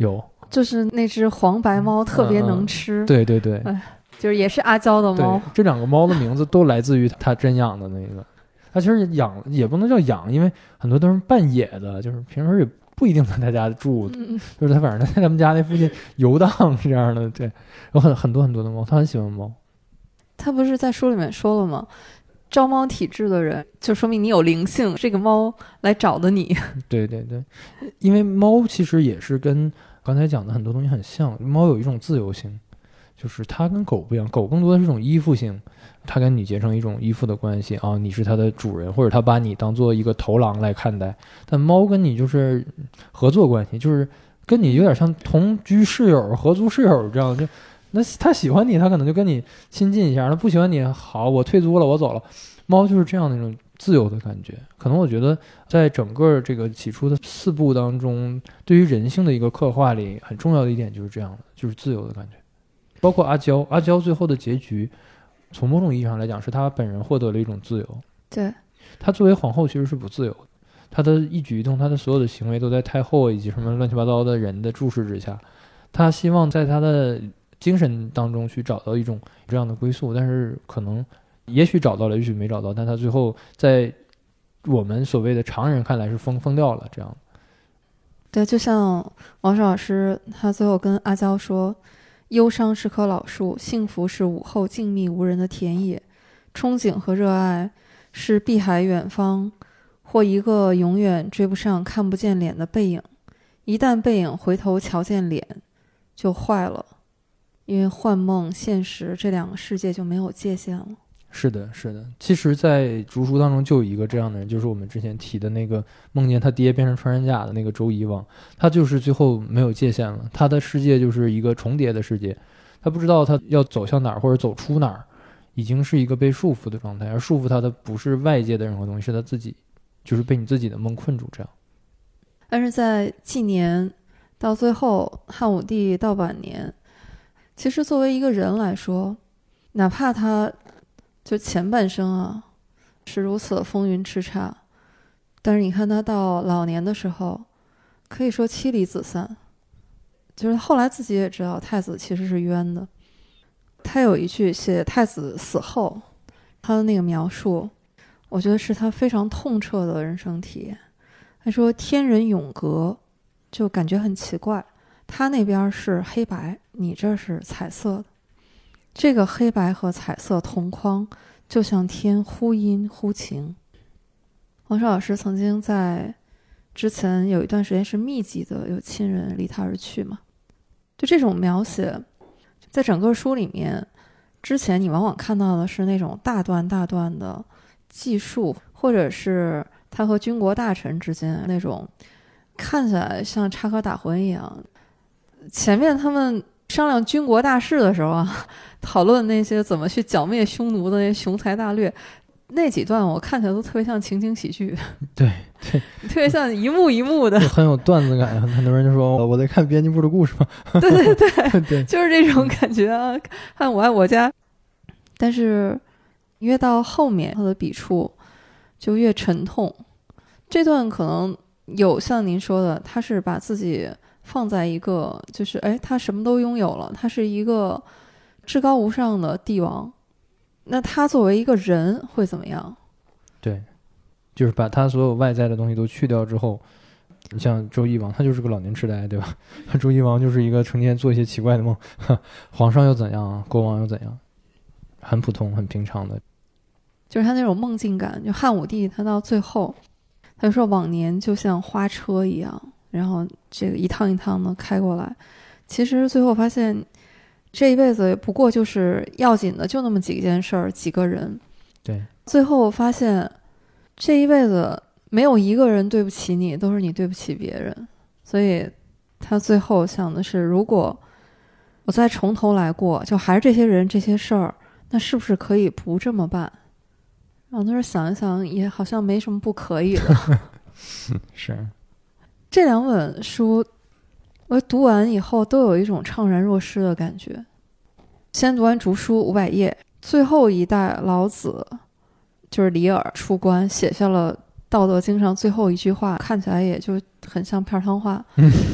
就是那只黄白猫特别能吃， 嗯嗯、对对对， 哎，就是也是阿娇的猫。 这两个猫的名字都来自于他真养的那个。他其实养也不能叫养，因为很多都是半野的，就是平时也不一定在他家住， 嗯、 就是他反正在他们家那附近游荡这样的。对，有很很多很多的猫，他很喜欢猫。 他不是在书里面说了吗？招猫体质的人就说明你有灵性，这个猫来找的你。 对对对，因为猫其实也是跟刚才讲的很多东西很像，猫有一种自由性，就是它跟狗不一样，狗更多的是一种依附性，它跟你结成一种依附的关系啊，你是它的主人，或者它把你当做一个头狼来看待。但猫跟你就是合作关系，就是跟你有点像同居室友、合租室友这样，就那他喜欢你，他可能就跟你亲近一下；他不喜欢你，好，我退租了，我走了。猫就是这样的一种自由的感觉。可能我觉得，在整个这个起初的四部当中，对于人性的一个刻画里，很重要的一点就是这样的，就是自由的感觉。包括阿娇，阿娇最后的结局，从某种意义上来讲，是她本人获得了一种自由。 对， 她作为皇后其实是不自由的，她的一举一动，她的所有的行为都在太后以及什么乱七八糟的人的注视之下。她希望在她的精神当中去找到一种这样的归宿，但是可能也许找到了，也许没找到，但他最后在我们所谓的常人看来是疯疯掉了这样。 对，就像王石老师他最后跟阿娇说，忧伤是棵老树，幸福是午后静谧无人的田野，憧憬和热爱是碧海远方或一个永远追不上看不见脸的背影，一旦背影回头瞧见脸就坏了，因为幻梦现实这两个世界就没有界限了。 是的是的，其实在竹书当中就有一个这样的人，就是我们之前提的那个梦见他爹变成穿山甲的那个周夷王，他就是最后没有界限了，他的世界就是一个重叠的世界，他不知道他要走向哪儿或者走出哪儿，已经是一个被束缚的状态，而束缚他的不是外界的任何东西，是他自己，就是被你自己的梦困住这样。 但是在纪年到最后汉武帝到晚年，其实作为一个人来说，哪怕他就前半生啊是如此的风云叱咤，但是你看他到老年的时候可以说妻离子散，就是后来自己也知道太子其实是冤的。他有一句写太子死后他的那个描述，我觉得是他非常痛彻的人生体验。他说天人永隔，就感觉很奇怪，他那边是黑白，你这是彩色的，这个黑白和彩色同框，就像天忽阴忽晴。王石老师曾经在之前有一段时间是密集的有亲人离他而去嘛，就这种描写在整个书里面，之前你往往看到的是那种大段大段的记述，或者是他和军国大臣之间那种看起来像插科打诨一样。前面他们商量军国大事的时候啊，讨论那些怎么去剿灭匈奴的那些雄才大略，那几段我看起来都特别像情景喜剧。 对对， 特别像一幕一幕的， 很有段子感。很多人就说我在看编辑部的故事嘛。 对对对对， 就是这种感觉啊。看我爱我家，但是越到后面他的笔触就越沉痛。这段可能有像您说的，他是把自己放在一个就是哎，他什么都拥有了，他是一个至高无上的帝王，那他作为一个人会怎么样？对， 就是把他所有外在的东西都去掉之后，你像周夷王，他就是个老年痴呆，对吧？周夷王就是一个成天做一些奇怪的梦，皇上又怎样，国王又怎样，很普通很平常的， 就是他那种梦境感。就汉武帝他到最后他就说往年就像花车一样，然后这个一趟一趟的开过来，其实最后发现这一辈子不过就是要紧的就那么几件事儿，几个人。 对， 最后发现这一辈子没有一个人对不起你，都是你对不起别人。所以他最后想的是，如果我再从头来过，就还是这些人这些事儿，那是不是可以不这么办？然后他说想一想也好像没什么不可以的。 是， 这两本书我读完以后都有一种怅然若失的感觉。先读完竹书五百页，最后一代老子就是李耳出关，写下了道德经上最后一句话，看起来也就很像片汤话。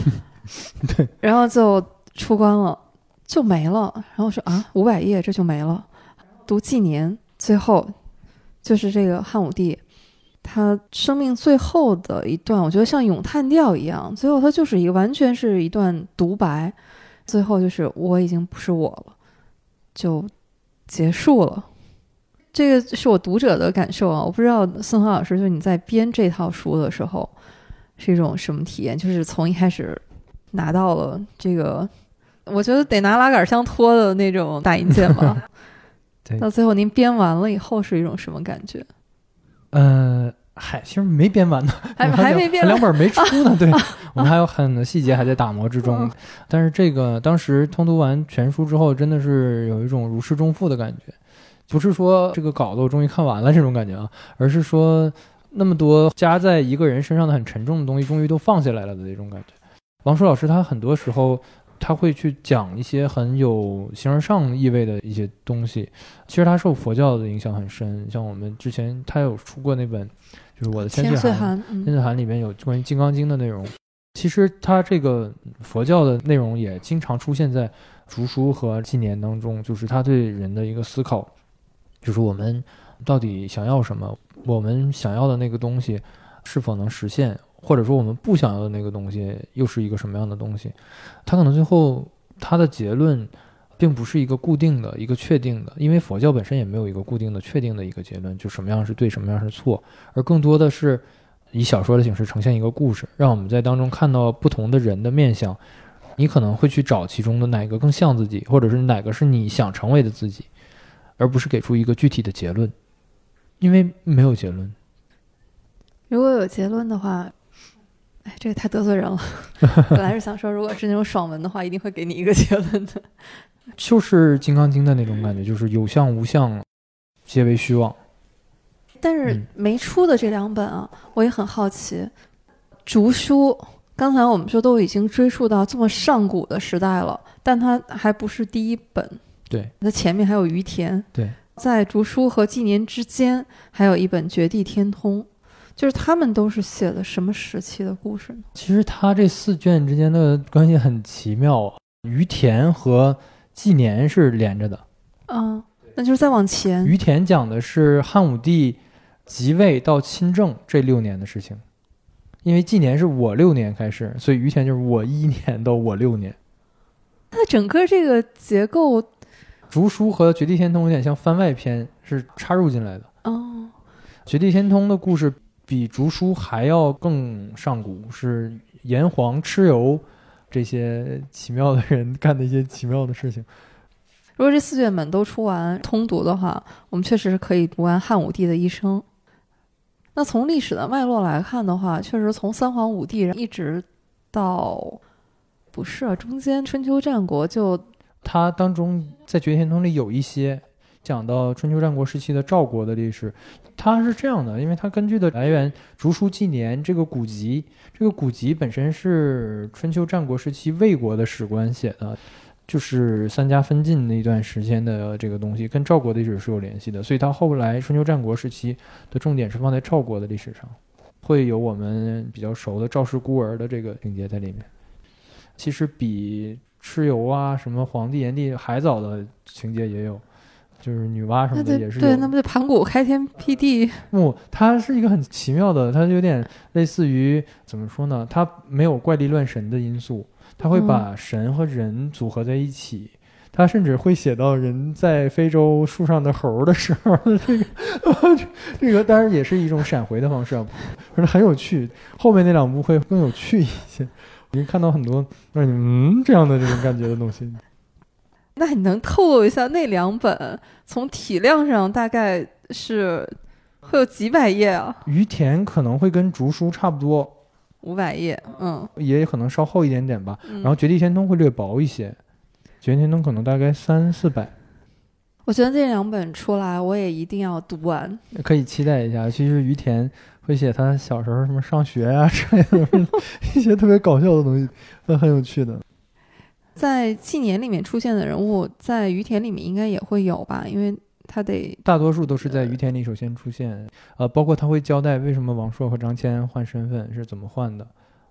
对， 然后就出关了，就没了。然后说啊，五百页这就没了。读纪年，最后就是这个汉武帝，他生命最后的一段，我觉得像咏叹调一样，最后他就是一个完全是一段独白，最后就是我已经不是我了，就结束了。这个是我读者的感受啊，我不知道孙浩老师，就是你在编这套书的时候是一种什么体验？就是从一开始拿到了这个，我觉得得拿拉杆箱拖的那种大银剑吧， 对， 到最后您编完了以后是一种什么感觉？ 呃，嗨，其实没编完呢， 还还没编完， 两本没出呢。对，我们还有很多细节还在打磨之中。嗯、但是这个当时通读完全书之后，真的是有一种如释重负的感觉。不是说这个稿子我终于看完了这种感觉啊，而是说那么多加在一个人身上的很沉重的东西，终于都放下来了的这种感觉。王朔老师他很多时候他会去讲一些很有形而上意味的一些东西，其实他受佛教的影响很深。像我们之前他有出过那本就是我的千岁函，千岁函里面有关于金刚经的内容，其实他这个佛教的内容也经常出现在竹书和纪年当中，就是他对人的一个思考，就是我们到底想要什么，我们想要的那个东西是否能实现，或者说我们不想要的那个东西又是一个什么样的东西。他可能最后他的结论并不是一个固定的一个确定的，因为佛教本身也没有一个固定的确定的一个结论，就什么样是对什么样是错，而更多的是以小说的形式呈现一个故事，让我们在当中看到不同的人的面相，你可能会去找其中的哪个更像自己，或者是哪个是你想成为的自己，而不是给出一个具体的结论，因为没有结论。 如果有结论的话，哎，这个太得罪人了。本来是想说，如果是那种爽文的话，一定会给你一个结论的。 就是《金刚经》的那种感觉，就是有相无相，皆为虚妄。 但是没出的这两本啊，嗯、我也很好奇。竹书，刚才我们说都已经追溯到这么上古的时代了，但它还不是第一本。 对， 它前面还有于田。 对， 在竹书和纪年之间，还有一本《绝地天通》。就是他们都是写的什么时期的故事呢？ 其实他这四卷之间的关系很奇妙啊。于田和纪年是连着的， 嗯，那就是再往前。 于田讲的是汉武帝即位到亲政这六年的事情，因为纪年是我六年开始，所以于田就是我一年到我六年。 那整个这个结构， 竹书和绝地天通有点像番外篇，是插入进来的。 哦， 绝地天通的故事比竹书还要更上古，是炎黄蚩尤这些奇妙的人干的一些奇妙的事情。 如果这四卷本都出完通读的话，我们确实是可以读完汉武帝的一生。那从历史的脉络来看的话，确实从三皇五帝一直到不是啊，中间春秋战国就它当中在绝地天通里有一些讲到春秋战国时期的赵国的历史。它是这样的，因为它根据的来源竹书纪年这个古籍，这个古籍本身是春秋战国时期魏国的史官写的，就是三家分晋那一段时间的这个东西，跟赵国的历史是有联系的，所以它后来春秋战国时期的重点是放在赵国的历史上，会有我们比较熟的赵氏孤儿的这个情节在里面。其实比蚩尤啊什么黄帝炎帝还早的情节也有，就是女娲什么的也是有。 对，那不就盘古开天辟地？ 不，它是一个很奇妙的，它有点类似于怎么说呢？它没有怪力乱神的因素，它会把神和人组合在一起。嗯、它甚至会写到人在非洲树上的猴的时候，这个这个当然也是一种闪回的方式啊，反正很有趣。后面那两部会更有趣一些。你看到很多让你嗯这样的这种感觉的东西。 那你能透露一下那两本从体量上大概是会有几百页啊？ 于田可能会跟竹书差不多， 五百页，嗯， 也可能稍厚一点点吧。嗯、然后绝地天通会略薄一些，绝地天通可能大概三四百。 我觉得这两本出来，我也一定要读完。 可以期待一下。其实于田会写他小时候什么上学啊之类的一些特别搞笑的东西，都很有趣的。 在纪年里面出现的人物，在于田里面应该也会有吧，因为他得大多数都是在于田里首先出现，呃，包括他会交代为什么王朔和张骞换身份是怎么换的，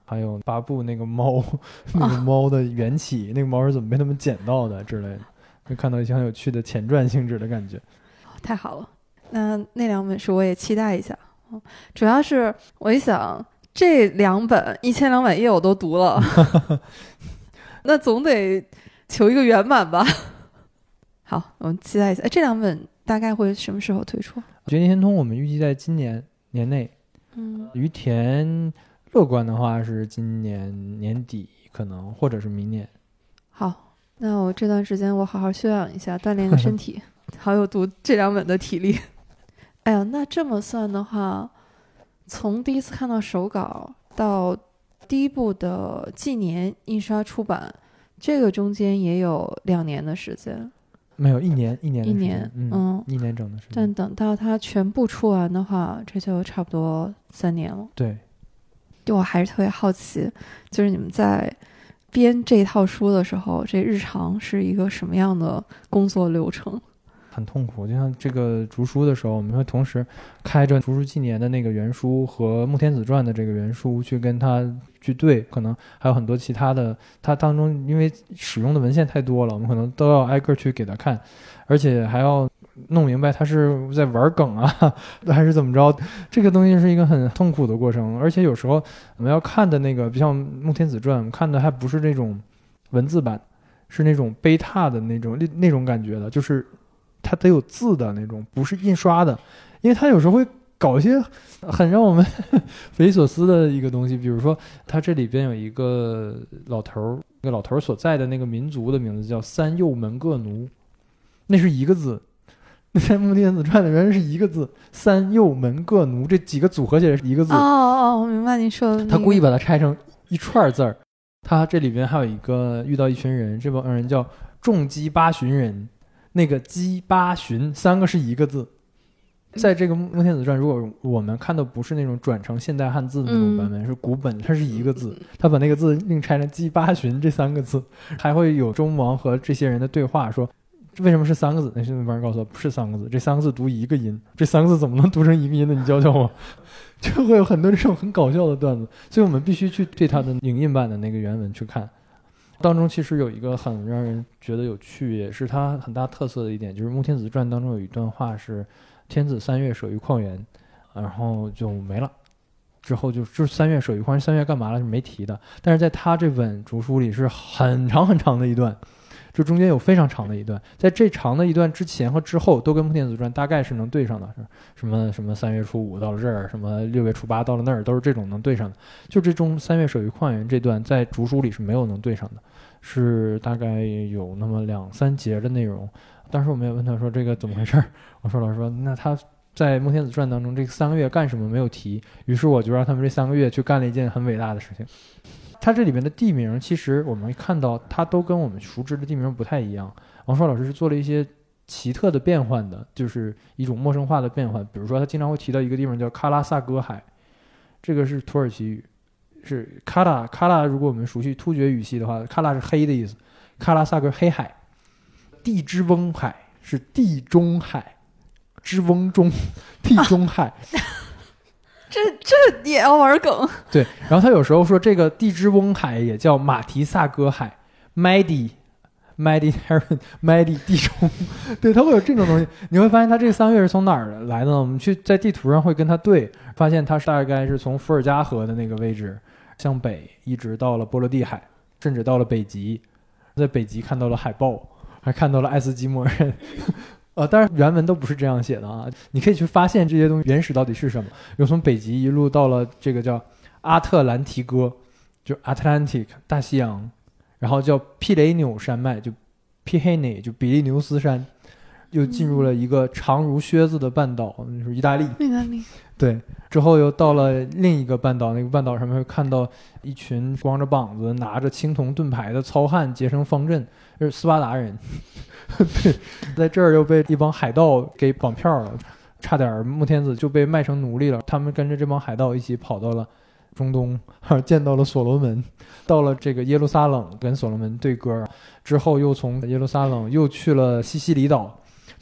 还有八部那个猫那个猫的缘起、啊、那个猫是怎么被他们捡到的之类的，会看到一些很有趣的前传性质的感觉。 太好了，那那两本书我也期待一下。主要是我一想这两本一千两百页我都读了那总得求一个圆满吧。好，我们期待一下。这两本大概会什么时候推出？ 绝地天通我们预计在今年年内， 嗯， 于田乐观的话是今年年底可能，或者是明年。 好，那我这段时间我好好休养一下，锻炼个身体好有读这两本的体力。哎呀，那这么算的话，从第一次看到手稿到第一部的纪年印刷出版，这个中间也有两年的时间。 没有，一年一年的时间， 一年， 嗯， 嗯， 一年整的时间。 但等到它全部出完的话，这就差不多三年了。 对， 就我还是特别好奇，就是你们在编这套书的时候，这日常是一个什么样的工作流程？ 很痛苦，就像这个竹书的时候，我们会同时开着竹书纪年的那个原书和穆天子传的这个原书去跟它去对，可能还有很多其他的，它当中因为使用的文献太多了，我们可能都要挨个去给它看，而且还要弄明白它是在玩梗啊还是怎么着，这个东西是一个很痛苦的过程。而且有时候我们要看的那个比像穆天子传，我们看的还不是那种文字版，是那种碑拓的那种那种感觉的，就是它得有字的那种，不是印刷的。因为它有时候会搞一些很让我们匪夷所思的一个东西，比如说它这里边有一个老头，一个老头所在的那个民族的名字叫三右门各奴，那是一个字，那在穆天子传里面是一个字，三右门各奴，这几个组合起来是一个字。 哦哦，我明白你说的、那个。 他故意把它拆成一串字儿。他这里边还有一个遇到一群人，这帮人叫众鸡八旬人，那个鸡八旬三个是一个字。在这个穆天子传，如果我们看的不是那种转成现代汉字的那种版本、嗯、是古本，它是一个字，他把那个字另拆成鸡八旬这三个字。还会有周穆王和这些人的对话，说为什么是三个字，那那帮人告诉我不是三个字，这三个字读一个音，这三个字怎么能读成一个音呢？你教教我。就会有很多这种很搞笑的段子，所以我们必须去对它的影印版的那个原文去看。当中其实有一个很让人觉得有趣，也是它很大特色的一点，就是穆天子传当中有一段话是天子三月舍于旷原，然后就没了，之后就就是三月舍于旷原，三月干嘛了是没提的。但是在他这本竹书里是很长很长的一段，这中间有非常长的一段，在这长的一段之前和之后都跟穆天子传大概是能对上的，什么什么三月初五到了这儿，什么六月初八到了那儿，都是这种能对上的。就这中三月舍于旷原这段在竹书里是没有能对上的，是大概有那么两三节的内容。当时我们也问他说这个怎么回事，我说老师说那他在穆天子传当中这三个月干什么没有提，于是我就让他们这三个月去干了一件很伟大的事情。它这里面的地名其实我们看到它都跟我们熟知的地名不太一样，王朔老师是做了一些奇特的变换的，就是一种陌生化的变换。比如说他经常会提到一个地方叫喀拉萨哥海，这个是土耳其语，是喀拉喀拉如果我们熟悉突厥语系的话，喀拉是黑的意思，喀拉萨哥黑海。地之翁海是地中海，之翁中地中海、啊、 这这也要玩梗。 对，然后他有时候说这个地之翁海也叫马提萨哥海 Madi Mediterranean Madi 地中，对，他会有这种东西。你会发现他这三个月是从哪儿来的呢？我们去在地图上会跟他对，发现他大概是从伏尔加河的那个位置向北一直到了波罗的海，甚至到了北极，在北极看到了海豹，还看到了爱斯基摩人。呃，当然原文都不是这样写的啊，你可以去发现这些东西原始到底是什么。有从北极一路到了这个叫阿特兰提哥，就 Atlantic 大西洋，然后叫皮雷纽山脉，就 Pyrenees 就比利牛斯山，又进入了一个长如靴子的半岛，就是意大利。 意大利。 对，之后又到了另一个半岛，那个半岛上面会看到一群光着膀子拿着青铜盾牌的糙汉结成方阵，这是斯巴达人。对，在这儿又被一帮海盗给绑票了，差点穆天子就被卖成奴隶了。他们跟着这帮海盗一起跑到了中东，见到了所罗门，到了这个耶路撒冷跟所罗门对歌，之后又从耶路撒冷又去了西西里岛，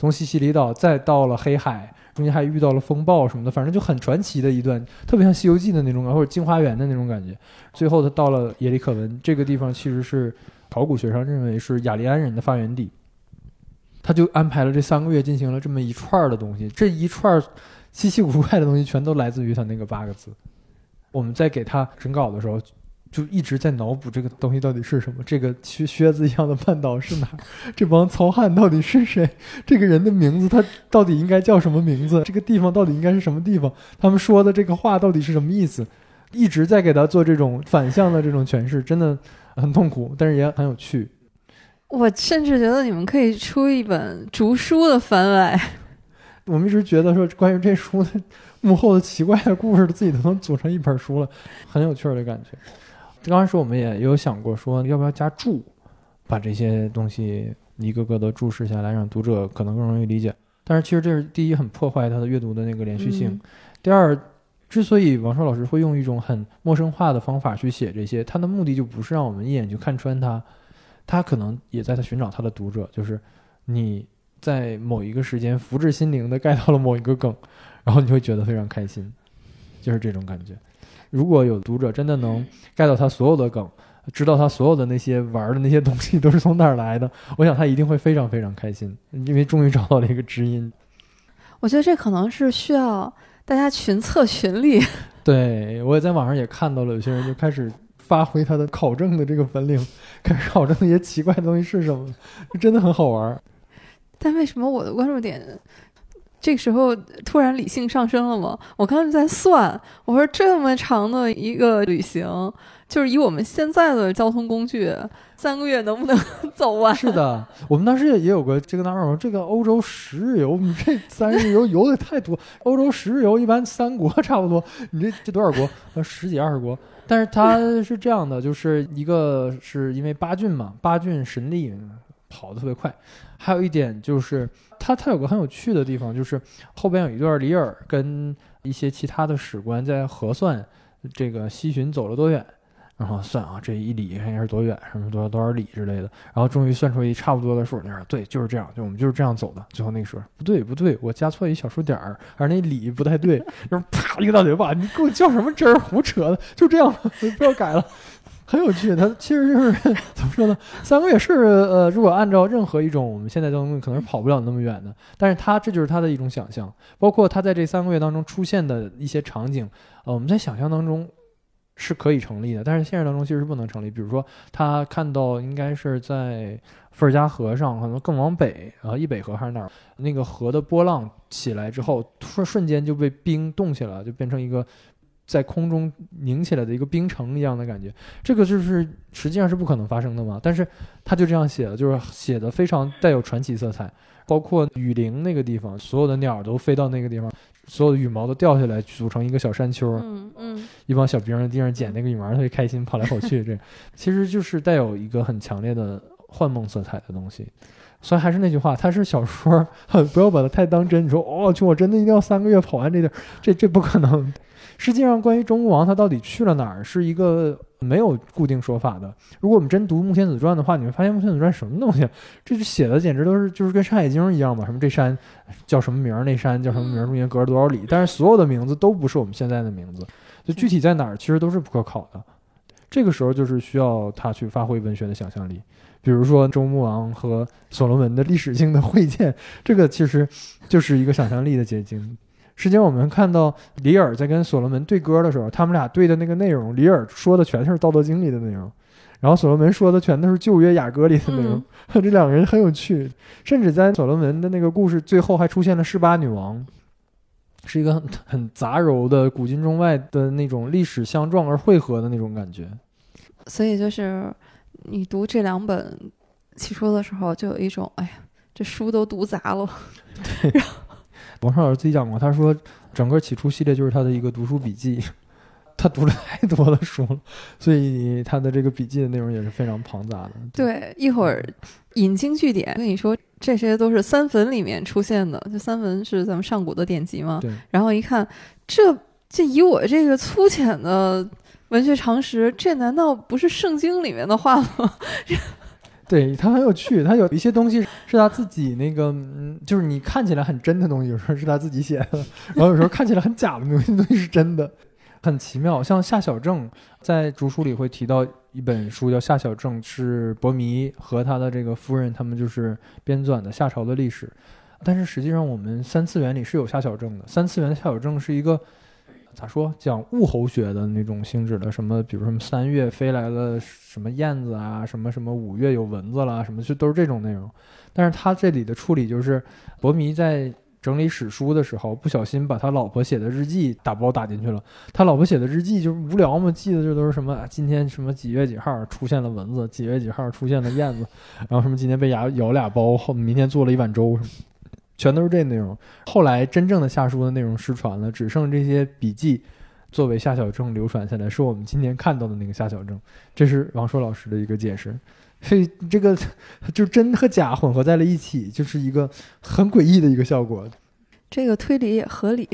从西西里岛再到了黑海，中间还遇到了风暴什么的，反正就很传奇的一段，特别像西游记的那种感觉，或者镜花缘的那种感觉。最后他到了耶里可文这个地方，其实是考古学上认为是雅利安人的发源地，他就安排了这三个月进行了这么一串的东西，这一串稀奇古怪的东西全都来自于他那个八个字。我们在给他审稿的时候就一直在脑补这个东西到底是什么，这个靴靴子一样的半岛是哪儿，这帮糙汉到底是谁，这个人的名字他到底应该叫什么名字，这个地方到底应该是什么地方，他们说的这个话到底是什么意思，一直在给他做这种反向的这种诠释，真的很痛苦，但是也很有趣。 我甚至觉得你们可以出一本竹书的番外。 我们一直觉得说关于这书的幕后的奇怪的故事自己都能组成一本书了，很有趣的感觉。刚开始我们也有想过说要不要加注，把这些东西一个个的注释下来，让读者可能更容易理解。但是其实这是第一，很破坏他的阅读的那个连续性、嗯、第二，之所以王朔老师会用一种很陌生化的方法去写这些，他的目的就不是让我们一眼就看穿他，他可能也在他寻找他的读者，就是你在某一个时间福至心灵的 get 到了某一个梗，然后你会觉得非常开心，就是这种感觉。如果有读者真的能 get 到他所有的梗，知道他所有的那些玩的那些东西都是从哪儿来的，我想他一定会非常非常开心，因为终于找到了一个知音。 我觉得这可能是需要大家群策群力。 对，我也在网上也看到了，有些人就开始发挥他的考证的这个本领，开始考证那些奇怪的东西是什么，真的很好玩。 但为什么我的关注点这个时候突然理性上升了吗？我刚才在算，我说这么长的一个旅行，就是以我们现在的交通工具，三个月能不能走完？是的，我们当时也有个这个纳闷，这个欧洲十日游，你这三日游游的太多，欧洲十日游一般三国差不多，你这这多少国？呃，十几二十国。但是它是这样的，就是一个是因为八郡嘛，八郡神力跑得特别快，还有一点就是它它有个很有趣的地方，就是后边有一段里尔跟一些其他的史官在核算这个西巡走了多远，然后算啊这一里应该是多远，什么多少多少里之类的，然后终于算出一差不多的数，那样对就是这样，就我们就是这样走的。最后那个时候不对不对，我加错一小数点儿，而那里不太对，就是啪一个大嘴巴，你给我较什么真儿，胡扯的，就这样，不要改了。很有趣，它其实就是怎么说呢？三个月是呃，如果按照任何一种我们现在交通工具，可能是跑不了那么远的。但是它这就是它的一种想象，包括它在这三个月当中出现的一些场景，呃，我们在想象当中是可以成立的，但是现实当中其实不能成立。比如说，他看到应该是在伏尔加河上，可能更往北啊，易北河还是哪儿，那个河的波浪起来之后，突瞬间就被冰冻起来了，就变成一个在空中凝起来的一个冰城一样的感觉，这个就是实际上是不可能发生的嘛。但是他就这样写了，就是写的非常带有传奇色彩。包括雨林那个地方，所有的鸟都飞到那个地方，所有的羽毛都掉下来，组成一个小山丘。 嗯嗯， 一帮小兵在地上捡那个羽毛，特别开心，跑来跑去。这其实就是带有一个很强烈的幻梦色彩的东西。所以还是那句话，它是小说，不要把它太当真。你说哦，就我真的一定要三个月跑完这点，这这不可能。实际上，关于周穆王他到底去了哪儿，是一个没有固定说法的。如果我们真读《穆天子传》的话，你会发现《穆天子传》什么东西，这就写的简直都是就是跟《山海经》一样嘛。什么这山叫什么名，那山叫什么名，中间隔了多少里，但是所有的名字都不是我们现在的名字，就具体在哪儿其实都是不可考的。这个时候就是需要他去发挥文学的想象力。比如说周穆王和所罗门的历史性的会见，这个其实就是一个想象力的结晶。实际上我们看到里尔在跟所罗门对歌的时候，他们俩对的那个内容，里尔说的全是道德经里的内容，然后所罗门说的全都是旧约雅歌里的内容、嗯、这两个人很有趣。甚至在所罗门的那个故事最后还出现了示巴女王，是一个 很, 很杂糅的古今中外的那种历史相撞而汇合的那种感觉。 所以就是你读这两本起初的时候就有一种哎呀这书都读砸了。 对，王朔老师自己讲过，他说整个起初系列就是他的一个读书笔记，他读了太多的书了，所以他的这个笔记的内容也是非常庞杂的。 对，一会儿引经据典跟你说这些都是三坟里面出现的，就三坟是咱们上古的典籍嘛。 对， 然后一看这这以我这个粗浅的文学常识，这难道不是圣经里面的话吗？ 对，他很有趣，他有一些东西是他自己那个，嗯，就是你看起来很真的东西，有时候是他自己写的，然后有时候看起来很假的东西，东西是真的，很奇妙。像夏小正在竹书里会提到一本书叫《夏小正》，是伯弥和他的这个夫人他们就是编纂的夏朝的历史。但是实际上我们三次元里是有夏小正的，三次元的夏小正是一个咋说讲物候学的那种性质的，什么比如什么三月飞来了什么燕子啊，什么什么五月有蚊子啦，什么就都是这种内容。但是他这里的处理就是伯弥在整理史书的时候不小心把他老婆写的日记打包打进去了，他老婆写的日记就是无聊嘛，记得这都是什么今天什么几月几号出现了蚊子，几月几号出现了燕子，然后什么今天被牙咬俩包，后明天做了一碗粥什么，全都是这内容。后来真正的夏书的内容失传了，只剩这些笔记作为夏小正流传下来，是我们今天看到的那个夏小正。这是王朔老师的一个解释。所以这个就真和假混合在了一起，就是一个很诡异的一个效果。 这个推理也合理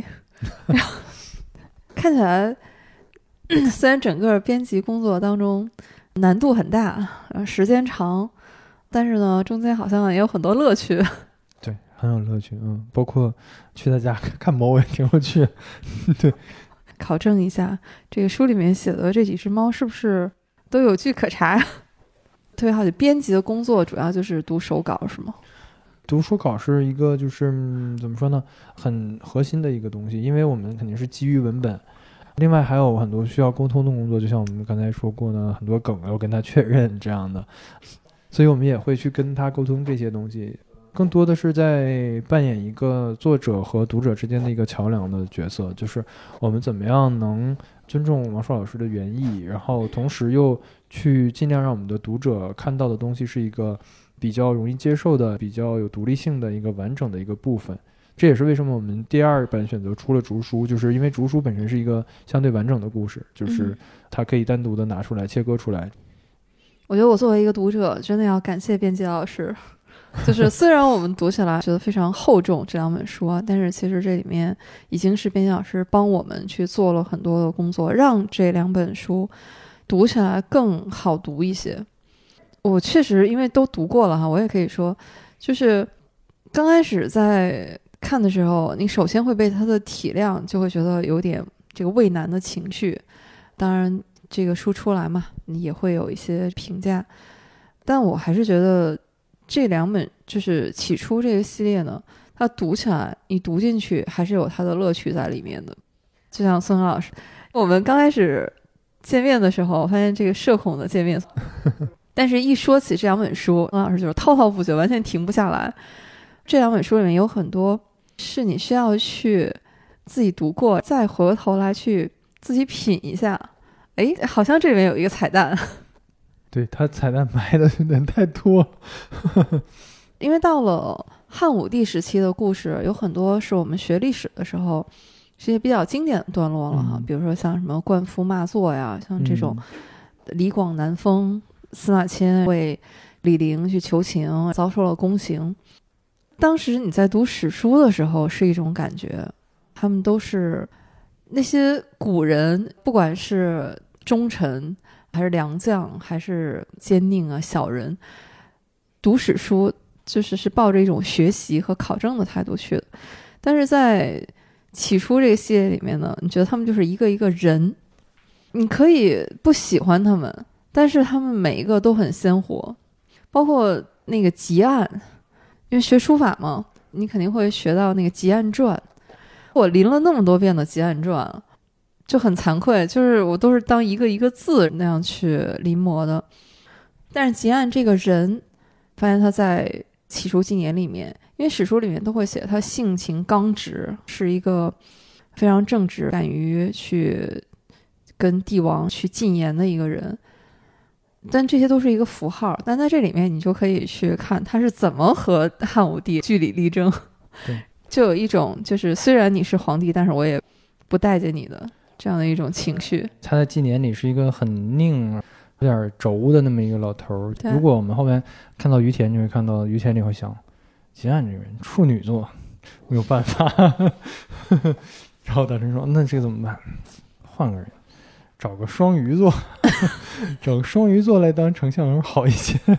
看起来虽然整个编辑工作当中难度很大，时间长，但是呢中间好像也有很多乐趣。 对，很有乐趣。嗯，包括去他家看猫也挺有趣对， 考证一下这个书里面写的这几只猫是不是都有据可查。特别好奇，编辑的工作主要就是读手稿是吗？ 读手稿是一个就是、嗯、怎么说呢，很核心的一个东西，因为我们肯定是基于文本，另外还有很多需要沟通的工作，就像我们刚才说过呢，很多梗要跟他确认这样的，所以我们也会去跟他沟通这些东西，更多的是在扮演一个作者和读者之间的一个桥梁的角色，就是我们怎么样能尊重王朔老师的原意，然后同时又去尽量让我们的读者看到的东西是一个比较容易接受的、比较有独立性的一个完整的一个部分。这也是为什么我们第二版选择出了竹书，就是因为竹书本身是一个相对完整的故事，就是它可以单独的拿出来切割出来。 我觉得我作为一个读者真的要感谢编辑老师，就是虽然我们读起来觉得非常厚重这两本书啊，但是其实这里面已经是编辑老师帮我们去做了很多的工作，让这两本书读起来更好读一些。我确实因为都读过了哈，我也可以说就是刚开始在看的时候，你首先会被它的体量就会觉得有点这个畏难的情绪，当然这个书出来嘛，你也会有一些评价，但我还是觉得这两本就是起初这个系列呢，它读起来你读进去还是有它的乐趣在里面的。就像孙老师，我们刚开始见面的时候，我发现这个社恐的见面但是一说起这两本书，孙老师就是滔滔不绝，完全停不下来。这两本书里面有很多是你需要去自己读过，再回过头来去自己品一下，哎，好像这里面有一个彩蛋。 对，他彩蛋埋的有点太多了因为到了汉武帝时期的故事，有很多是我们学历史的时候是一些比较经典的段落了哈、嗯，比如说像什么冠夫骂作呀，像这种李广南风，司马迁为李陵去求情，遭受了宫刑。当时你在读史书的时候是一种感觉，他们都是那些古人，不管是忠臣还是良将还是奸佞啊小人，读史书就是是抱着一种学习和考证的态度去的。但是在起初这个系列里面呢，你觉得他们就是一个一个人，你可以不喜欢他们，但是他们每一个都很鲜活。包括那个集案，因为学书法嘛，你肯定会学到那个集案传，我临了那么多遍的集案传就很惭愧，就是我都是当一个一个字那样去临摹的。但是集案这个人，发现他在起初纪年里面，因为史书里面都会写他性情刚直，是一个非常正直，敢于去跟帝王去进言的一个人，但这些都是一个符号。但在这里面你就可以去看他是怎么和汉武帝据理力争， 对， 就有一种就是虽然你是皇帝，但是我也不待见你的这样的一种情绪。 他在纪年里是一个很拧有点轴的那么一个老头。如果我们后面看到于田，就会看到于田你会想，集案这个人处女座没有办法然后大臣说那这个怎么办，换个人，找个双鱼座找个双鱼座来当丞相好一些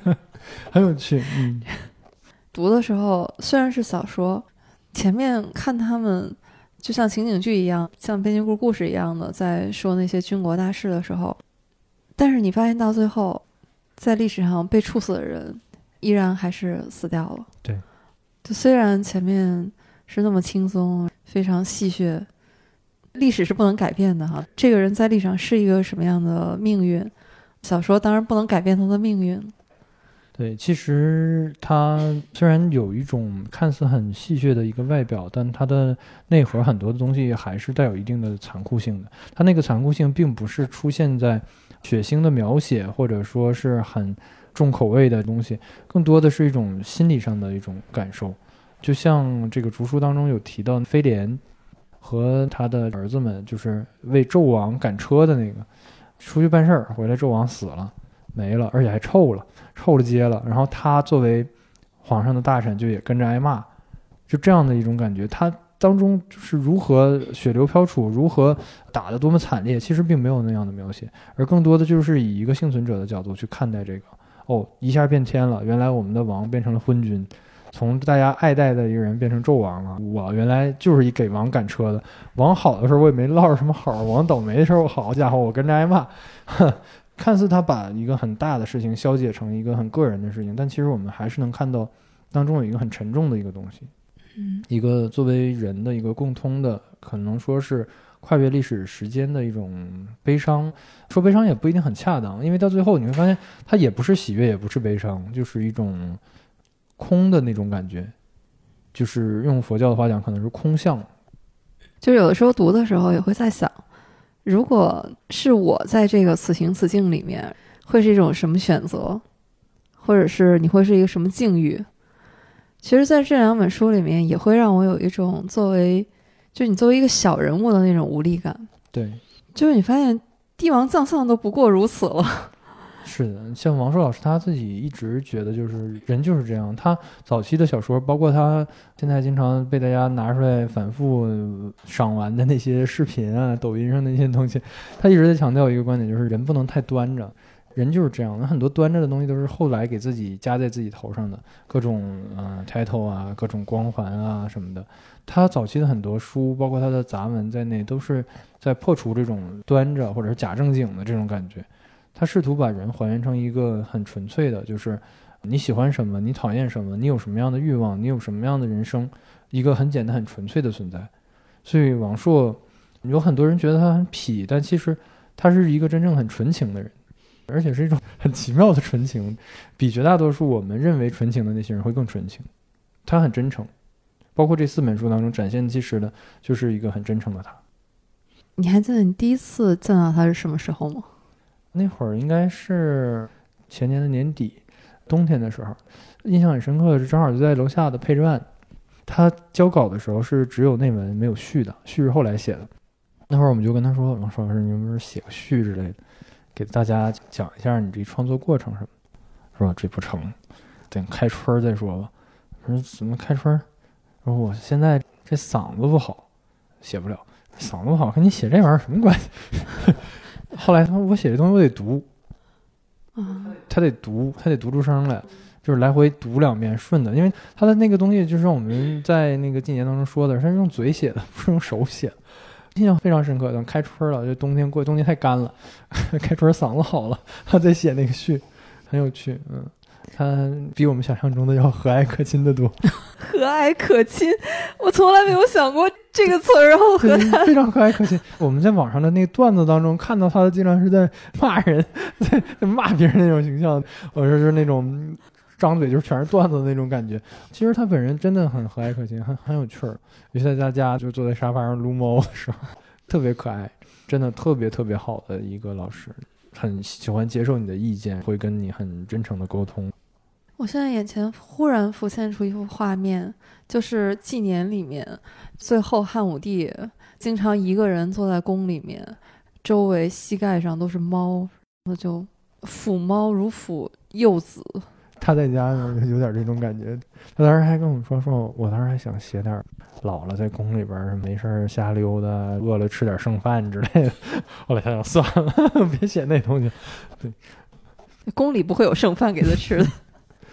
很有趣。嗯， 读的时候虽然是小说，前面看他们就像情景剧一样，像编辑部故事一样的在说那些军国大事的时候，但是你发现到最后，在历史上被处死的人依然还是死掉了。 对， 就虽然前面是那么轻松，非常戏谑，历史是不能改变的哈。这个人在历史上是一个什么样的命运，小说当然不能改变他的命运。 对，其实它虽然有一种看似很戏谑的一个外表，但它的内核很多的东西还是带有一定的残酷性的。它那个残酷性并不是出现在血腥的描写，或者说是很重口味的东西，更多的是一种心理上的一种感受。就像这个竹书当中有提到飞廉和他的儿子们，就是为纣王赶车的那个，出去办事儿回来，纣王死了没了，而且还臭了臭了街了，然后他作为皇上的大臣就也跟着挨骂，就这样的一种感觉。他当中就是如何血流飘杵，如何打得多么惨烈，其实并没有那样的描写，而更多的就是以一个幸存者的角度去看待这个。哦，一下变天了，原来我们的王变成了昏君，从大家爱戴的一个人变成纣王了。我原来就是一给王赶车的，王好的时候我也没落着什么好，王倒霉的时候，好家伙，我跟着挨骂。看似他把一个很大的事情消解成一个很个人的事情，但其实我们还是能看到当中有一个很沉重的一个东西， 嗯， 一个作为人的一个共通的，可能说是跨越历史时间的一种悲伤。说悲伤也不一定很恰当，因为到最后你会发现它也不是喜悦，也不是悲伤，就是一种空的那种感觉，就是用佛教的话讲可能是空相。 就有的时候读的时候也会在想，如果是我在这个此情此境里面，会是一种什么选择，或者是你会是一个什么境遇。其实在这两本书里面也会让我有一种作为就你作为一个小人物的那种无力感。 对， 就是你发现帝王将相都不过如此了。 是的，像王朔老师他自己一直觉得就是人就是这样。他早期的小说，包括他现在经常被大家拿出来反复赏玩的那些视频啊，抖音上的那些东西，他一直在强调一个观点，就是人不能太端着。人就是这样，很多端着的东西都是后来给自己加在自己头上的，各种呃 title 啊，各种光环啊什么的。他早期的很多书，包括他的杂文在内，都是在破除这种端着或者是假正经的这种感觉。他试图把人还原成一个很纯粹的，就是你喜欢什么，你讨厌什么，你有什么样的欲望，你有什么样的人生，一个很简单很纯粹的存在。所以王朔有很多人觉得他很痞，但其实他是一个真正很纯情的人，而且是一种很奇妙的纯情，比绝大多数我们认为纯情的那些人会更纯情。他很真诚，包括这四本书当中展现其实的就是一个很真诚的他。 你还记得你第一次见到他是什么时候吗？ 那会儿应该是前年的年底，冬天的时候，印象很深刻的是正好就在楼下的配置案，他交稿的时候是只有内文没有序的，序是后来写的。那会儿我们就跟他说，王朔老师，你有没有写个序之类的，给大家讲一下你这创作过程什么？说这不成，等开春再说吧。我说怎么开春？说我现在这嗓子不好，写不了。嗓子不好跟你写这玩意儿什么关系？后来他说我写这东西我得读，他得读，他得读出声来，就是来回读两遍顺的，因为他的那个东西就是我们在那个纪年当中说的，他是用嘴写的，不是用手写的。印象非常深刻。等开春了，就冬天过，冬天太干了，开春嗓子好了，他再写那个序，很有趣。嗯，他比我们想象中的要和蔼可亲的多。 和蔼可亲，我从来没有想过这个词儿，然后和他非常和蔼可亲。我们在网上的那个段子当中看到他的经常是在骂人，在在骂别人那种形象，或者是那种张嘴就全是段子的那种感觉。其实他本人真的很和蔼可亲，很很有趣儿。尤其在大家就坐在沙发上撸猫的时候，特别可爱，真的特别特别好的一个老师，很喜欢接受你的意见，会跟你很真诚的沟通。 我现在眼前忽然浮现出一幅画面，就是纪年里面最后汉武帝经常一个人坐在宫里面，周围膝盖上都是猫，那就抚猫如抚幼子。 他在家有点这种感觉。他当时还跟我们说说我当时还想写点老了在宫里边没事瞎溜达，饿了吃点剩饭之类的。后来他想算了，别写那东西。对， 宫里不会有剩饭给他吃的。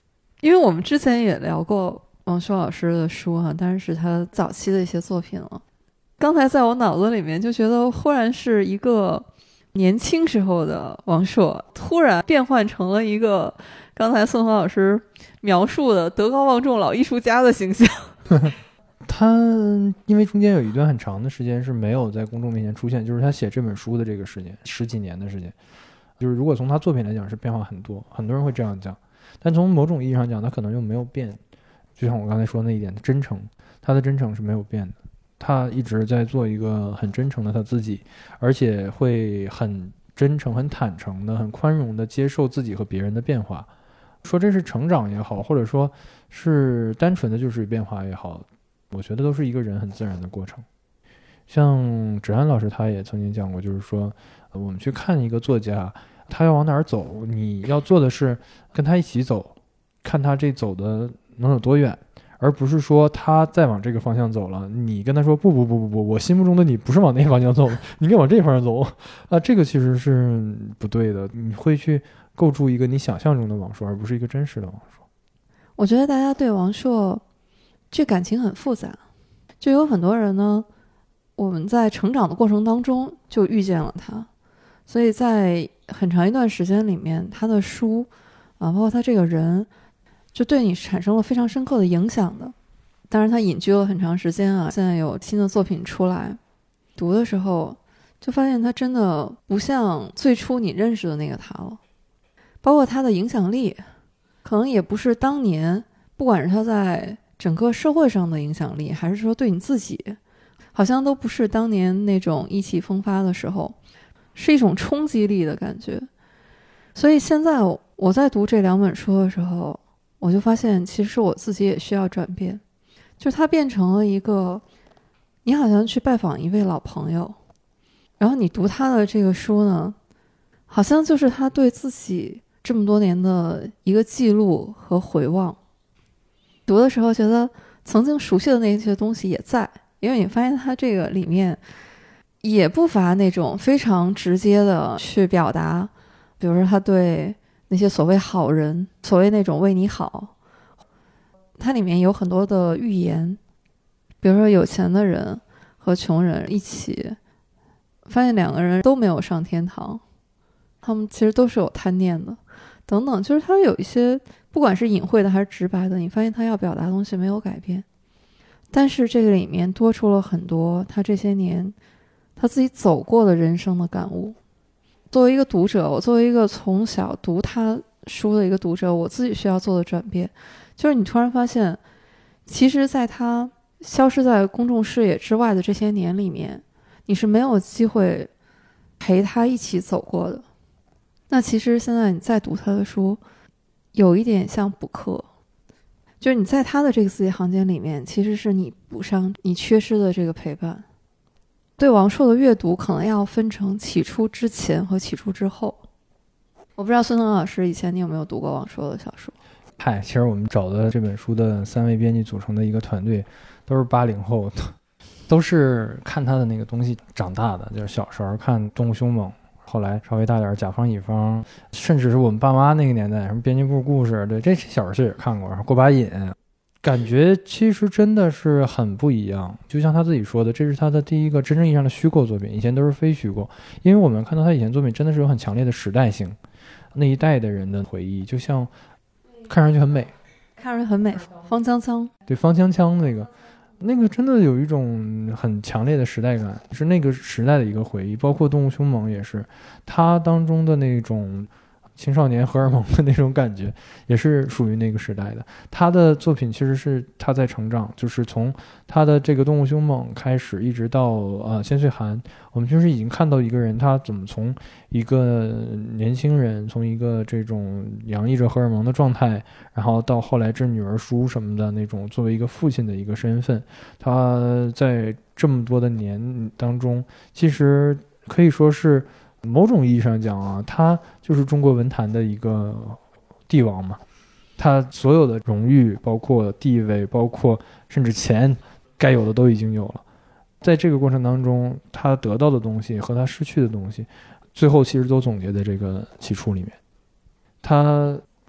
因为我们之前也聊过王朔老师的书哈、啊，但是是他早期的一些作品了。刚才在我脑子里面就觉得忽然是一个年轻时候的王朔，突然变换成了一个刚才宋华老师描述的德高望重老艺术家的形象。 他因为中间有一段很长的时间是没有在公众面前出现，就是他写这本书的这个时间，十几年的时间，就是如果从他作品来讲是变化很多，很多人会这样讲，但从某种意义上讲他可能又没有变。就像我刚才说的那一点，真诚，他的真诚是没有变的，他一直在做一个很真诚的他自己，而且会很真诚很坦诚的很宽容的接受自己和别人的变化，说这是成长也好，或者说是单纯的就是变化也好，我觉得都是一个人很自然的过程。像芷安老师他也曾经讲过，就是说我们去看一个作家他要往哪儿走，你要做的是跟他一起走，看他这走的能有多远，而不是说他再往这个方向走了，你跟他说不不不不不，我心目中的你不是往那个方向走，你应该往这方向走啊，这个其实是不对的。你会去构筑一个你想象中的王朔，而不是一个真实的王朔。 我觉得大家对王朔这感情很复杂，就有很多人呢，我们在成长的过程当中就遇见了他，所以在很长一段时间里面，他的书啊，包括他这个人，就对你产生了非常深刻的影响的。当然他隐居了很长时间啊，现在有新的作品出来，读的时候就发现他真的不像最初你认识的那个他了，包括他的影响力可能也不是当年，不管是他在整个社会上的影响力，还是说对你自己，好像都不是当年那种意气风发的时候，是一种冲击力的感觉。所以现在我在读这两本书的时候，我就发现其实我自己也需要转变，就是它变成了一个你好像去拜访一位老朋友，然后你读他的这个书呢，好像就是他对自己这么多年的一个记录和回望。读的时候觉得曾经熟悉的那些东西也在，因为你发现他这个里面也不乏那种非常直接的去表达，比如说他对那些所谓好人，所谓那种为你好，它里面有很多的寓言，比如说有钱的人和穷人一起，发现两个人都没有上天堂，他们其实都是有贪念的等等，就是他有一些不管是隐晦的还是直白的，你发现他要表达的东西没有改变，但是这个里面多出了很多他这些年他自己走过的人生的感悟。作为一个读者，我作为一个从小读他书的一个读者，我自己需要做的转变，就是你突然发现，其实在他消失在公众视野之外的这些年里面，你是没有机会陪他一起走过的。那其实现在你再读他的书，有一点像补课，就是你在他的这个字里行间里面，其实是你补上你缺失的这个陪伴。对王朔的阅读可能要分成起初之前和起初之后。我不知道孙腾老师以前你有没有读过王朔的小说？ 嗨，其实我们找的这本书的三位编辑组成的一个团队都是八零后，都是看他的那个东西长大的，就是小时候看《动物凶猛》，后来稍微大点甲方乙方，甚至是我们爸妈那个年代什么编辑部故事，对，这小时候也看过，然后过把瘾，感觉其实真的是很不一样。就像他自己说的，这是他的第一个真正意义上的虚构作品，以前都是非虚构。因为我们看到他以前作品真的是有很强烈的时代性，那一代的人的回忆，就像看上去很美， 看上去很美，方锵锵， 对，方锵锵那个那个真的有一种很强烈的时代感，是那个时代的一个回忆。包括《动物凶猛》也是，它当中的那种青少年荷尔蒙的那种感觉，也是属于那个时代的。他的作品其实是他在成长，就是从他的这个《动物凶猛》开始，一直到呃《千岁寒》，我们就是已经看到一个人他怎么从一个年轻人，从一个这种洋溢着荷尔蒙的状态，然后到后来这女儿书什么的那种作为一个父亲的一个身份，他在这么多的年当中，其实可以说是某种意义上讲啊，他就是中国文坛的一个帝王嘛。他所有的荣誉，包括地位，包括甚至钱，该有的都已经有了。在这个过程当中，他得到的东西和他失去的东西，最后其实都总结在这个起初里面。他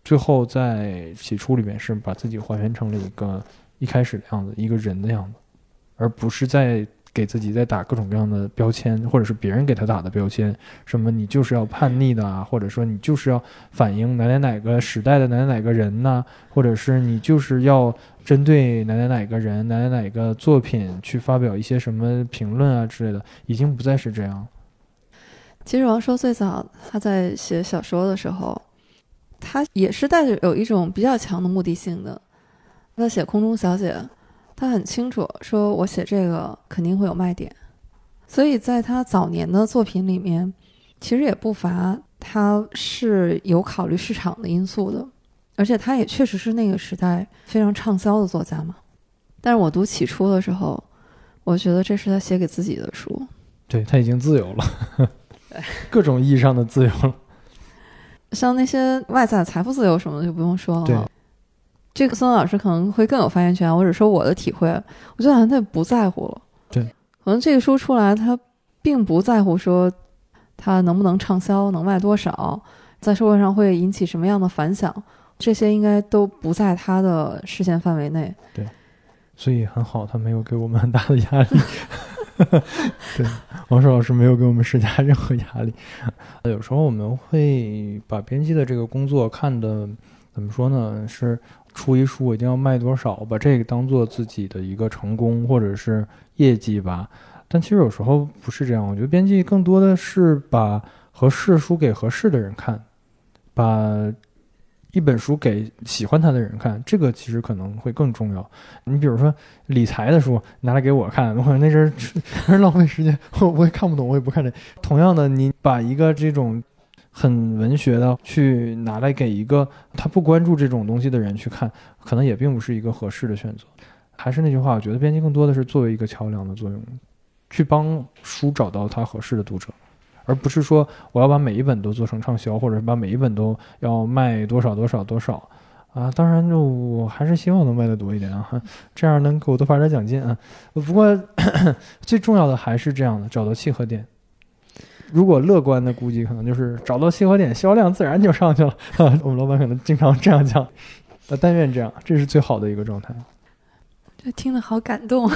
最后在起初里面是把自己还原成了一个一开始的样子，一个人的样子，而不是在给自己在打各种各样的标签，或者是别人给他打的标签，什么你就是要叛逆的啊，或者说你就是要反映哪哪哪个时代的哪哪哪个人呐、啊，或者是你就是要针对哪哪哪个人哪哪哪个作品去发表一些什么评论啊之类的，已经不再是这样。 其实王朔最早他在写小说的时候，他也是带着有一种比较强的目的性的。他写空中小姐，他很清楚说我写这个肯定会有卖点，所以在他早年的作品里面其实也不乏他是有考虑市场的因素的，而且他也确实是那个时代非常畅销的作家嘛。但是我读起初的时候，我觉得这是他写给自己的书， 对，他已经自由了各种意义上的自由了。 像那些外在财富自由什么的就不用说了， 对， 这个孙老师可能会更有发言权，我只说我的体会，我觉得好像他不在乎了。 对， 可能这个书出来他并不在乎说他能不能畅销，能卖多少，在社会上会引起什么样的反响，这些应该都不在他的视线范围内。 对，所以很好，他没有给我们很大的压力对，王朔老师没有给我们施加任何压力。有时候我们会把编辑的这个工作看的怎么说呢，是出一书一定要卖多少，把这个当做自己的一个成功或者是业绩吧。但其实有时候不是这样，我觉得编辑更多的是把合适的书给合适的人看，把一本书给喜欢它的人看，这个其实可能会更重要。你比如说理财的书拿来给我看，我那阵儿浪费时间，我我也看不懂，我也不看这。同样的，你把一个这种很文学的去拿来给一个他不关注这种东西的人去看，可能也并不是一个合适的选择。还是那句话，我觉得编辑更多的是作为一个桥梁的作用，去帮书找到他合适的读者，而不是说我要把每一本都做成畅销，或者把每一本都要卖多少多少多少啊。当然就我还是希望能卖得多一点啊，这样能给我多发点奖金啊。不过呵呵最重要的还是这样的，找到契合点。如果乐观的估计，可能就是找到契合点，销量自然就上去了。我们老板可能经常这样讲，那但愿这样，这是最好的一个状态。 这听得好感动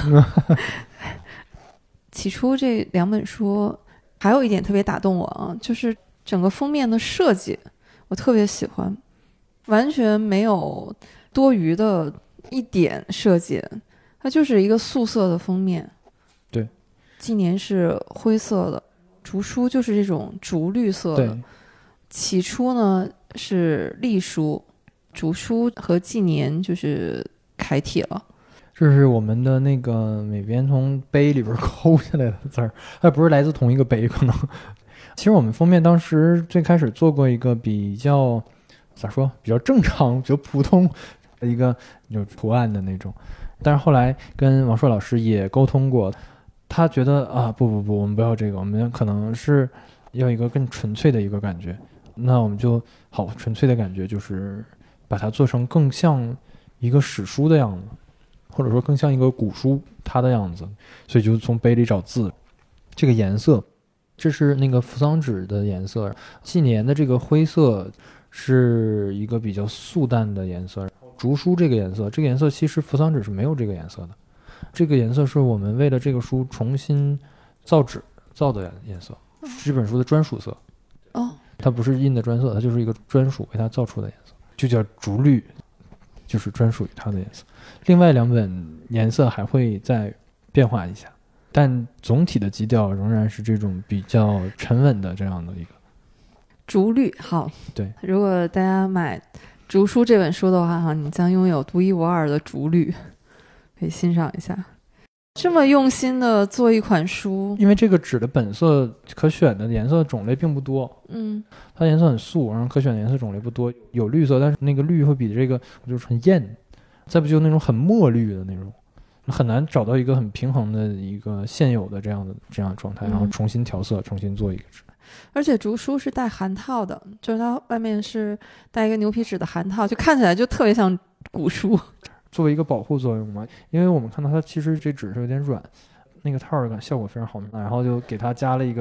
起初这两本书还有一点特别打动我啊，就是整个封面的设计我特别喜欢，完全没有多余的一点设计，它就是一个素色的封面。 对， 纪年是灰色的，竹书就是这种竹绿色的。起初呢是隶书，竹书和纪年就是楷体了。 这是我们的那个美编从碑里边抠下来的字儿，它不是来自同一个碑可能。其实我们封面当时最开始做过一个比较咋说比较正常比较普通的一个有图案的那种，但是后来跟王朔老师也沟通过，他觉得啊不不不我们不要这个，我们可能是要一个更纯粹的一个感觉。那我们就好，纯粹的感觉就是把它做成更像一个史书的样子，或者说更像一个古书它的样子，所以就从碑里找字。这个颜色，这是那个扶桑纸的颜色，纪年的这个灰色是一个比较素淡的颜色，竹书这个颜色，这个颜色其实扶桑纸是没有这个颜色的，这个颜色是我们为了这个书重新造纸造的颜色，这本书的专属色。 哦， 它不是印的专色，它就是一个专属为它造出的颜色，就叫竹绿，就是专属于它的颜色。另外两本颜色还会再变化一下，但总体的基调仍然是这种比较沉稳的这样的一个竹绿。好， 对， 如果大家买《竹书》这本书的话，哈，你将拥有独一无二的竹绿，可以欣赏一下。这么用心的做一款书， 因为这个纸的本色可选的颜色种类并不多， 嗯， 它颜色很素，然后可选的颜色种类不多，有绿色，但是那个绿会比这个就是很艳，再不就那种很墨绿的那种，很难找到一个很平衡的一个现有的这样的这样的状态，然后重新调色，重新做一个纸。 而且竹书是带函套的，就是它外面是带一个牛皮纸的函套，就看起来就特别像古书。 作为一个保护作用嘛，因为我们看到它其实这纸是有点软，那个套儿感效果非常好，然后就给它加了一个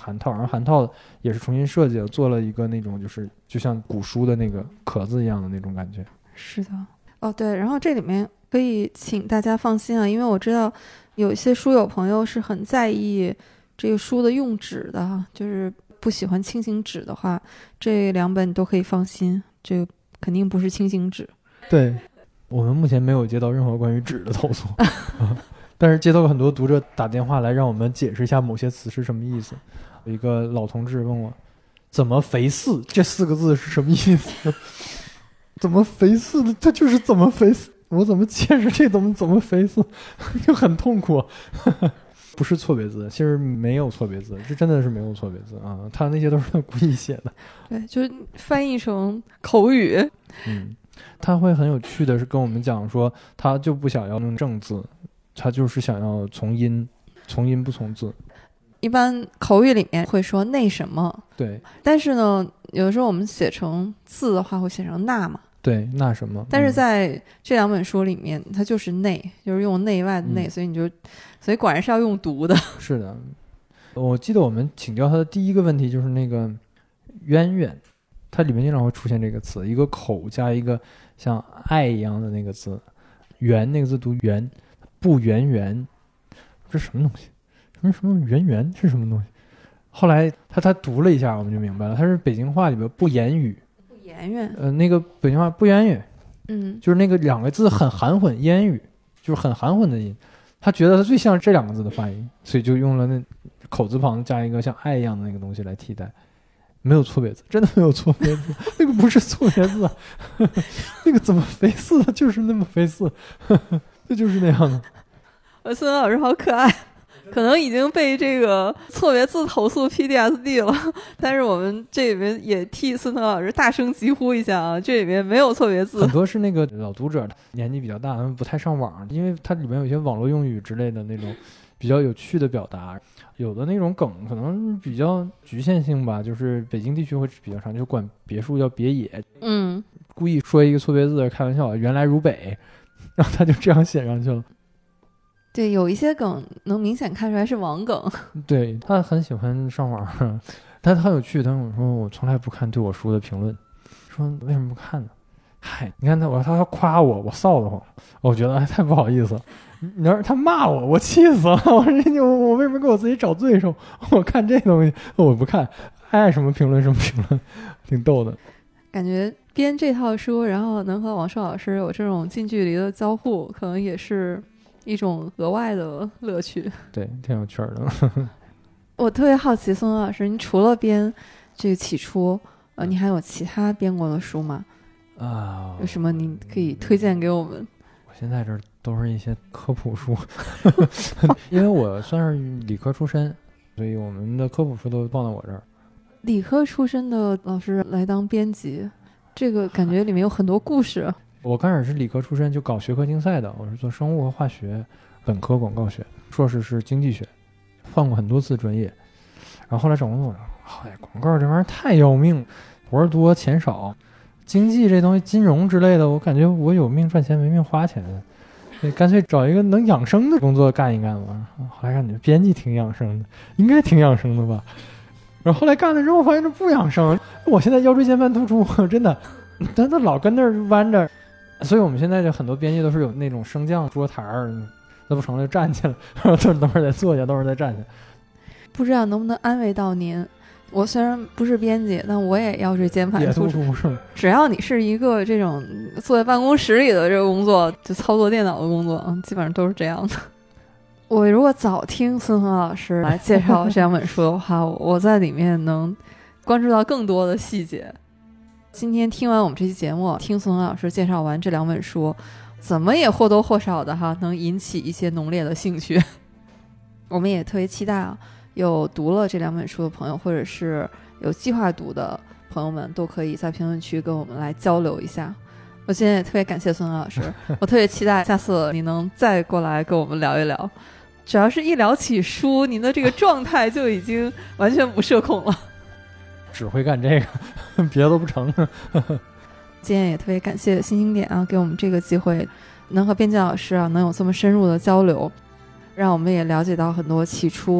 函套，然后函套也是重新设计了，做了一个那种就是就像古书的那个壳子一样的那种感觉。 是的，哦对，然后这里面可以请大家放心啊，因为我知道有一些书友朋友是很在意这个书的用纸的，就是不喜欢轻型纸的话，这两本你都可以放心，这个肯定不是轻型纸。 对，我们目前没有接到任何关于纸的投诉但是接到很多读者打电话来让我们解释一下某些词是什么意思。有一个老同志问我怎么肥四这四个字是什么意思怎么肥四的，它就是怎么肥四，我怎么解释这怎么怎么肥四就很痛苦不是错别字，其实没有错别字，这真的是没有错别字啊，他那些都是他故意写的。 对，就是翻译成口语。 嗯，他会很有趣的是跟我们讲说，他就不想要用正字，他就是想要从音，从音不从字。 一般口语里面会说那什么， 对， 但是呢，有的时候我们写成字的话会写成那嘛。 对，那什么。 但是在这两本书里面，它就是内，就是用内外的内， 嗯、 所以你就，所以果然是要用读的。 是的，我记得我们请教他的第一个问题就是那个渊源，它里面经常会出现这个词，一个口加一个像爱一样的那个字，圆那个字读圆，不圆圆，这什么东西？什么什么圆圆是什么东西？后来他他读了一下，我们就明白了，他是北京话里边不言语。 不言语。 呃，那个北京话不言语， 嗯， 就是那个两个字很含混，烟语就是很含混的音。他觉得他最像这两个字的发音，所以就用了那口字旁加一个像爱一样的那个东西来替代。没有错别字，真的没有错别字，那个不是错别字，那个怎么肥四的，就是那么肥四，这就是那样的。 我孙老师好可爱。可能已经被这个错别字投诉 P T S D 了，但是我们这里面也替孙腾老师大声疾呼一下啊，这里面没有错别字。 很多是那个老读者年纪比较大，他们不太上网，因为它里面有一些网络用语之类的那种比较有趣的表达，有的那种梗可能比较局限性吧，就是北京地区会比较常，就管别墅叫别野， 嗯， 故意说一个错别字开玩笑，原来如北，然后他就这样写上去了。 对，有一些梗能明显看出来是网梗。 对，他很喜欢上网，但他很有趣。他跟我说，我从来不看对我书的评论，说为什么不看呢？嗨，你看他，我他他夸我，我臊得慌，我觉得哎太不好意思了。你要是他骂我，我气死了。我说我我为什么给我自己找罪受？我看这东西我不看，爱什么评论什么评论，挺逗的。 感觉编这套书，然后能和王朔老师有这种近距离的交互，可能也是一种额外的乐趣。 对，挺有趣的。 我特别好奇，孙老师，你除了编这个起初，呃，你还有其他编过的书吗？ 啊， 有什么你可以推荐给我们？ 我现在这都是一些科普书，因为我算是理科出身，所以我们的科普书都放到我这儿。 理科出身的老师来当编辑，这个感觉里面有很多故事。 我刚开始是理科出身，就搞学科竞赛的，我是做生物和化学，本科广告学，硕士是经济学，换过很多次专业。然后后来找工作，哎，广告这玩意儿太要命，活儿多钱少，经济这东西金融之类的，我感觉我有命赚钱没命花钱，所以干脆找一个能养生的工作干一干吧。后来感觉编辑挺养生的，应该挺养生的吧。然后后来干了之后发现这不养生，我现在腰椎间盘突出，真的，他他老跟那儿弯着。所以我们现在就很多编辑都是有那种升降桌台儿，那不成了就站起来，然后等会儿再坐下，等会儿再站起来。 不知道能不能安慰到您？我虽然不是编辑，但我也腰椎间盘突出。只要你是一个这种坐在办公室里的这个工作，就操作电脑的工作，基本上都是这样的。我如果早听孙恒老师来介绍这两本书的话，我在里面能关注到更多的细节。今天听完我们这期节目，听孙老师介绍完这两本书，怎么也或多或少的哈能引起一些浓烈的兴趣。我们也特别期待啊，有读了这两本书的朋友，或者是有计划读的朋友们，都可以在评论区跟我们来交流一下。我今天也特别感谢孙老师，我特别期待下次你能再过来跟我们聊一聊。只要是一聊起书，您的这个状态就已经完全不社恐了。 只会干这个，别的都不成。 今天也特别感谢新经典啊，给我们这个机会，能和编辑老师啊能有这么深入的交流，让我们也了解到很多起初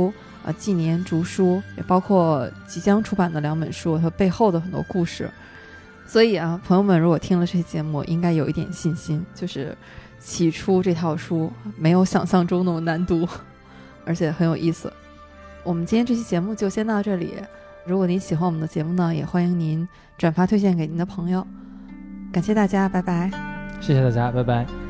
呃纪年竹书，也包括即将出版的两本书和背后的很多故事。所以啊，朋友们如果听了这期节目，应该有一点信心，就是起初这套书没有想象中那么难读，而且很有意思。我们今天这期节目就先到这里，如果您喜欢我们的节目呢，也欢迎您转发推荐给您的朋友。感谢大家，拜拜。 谢谢大家，拜拜。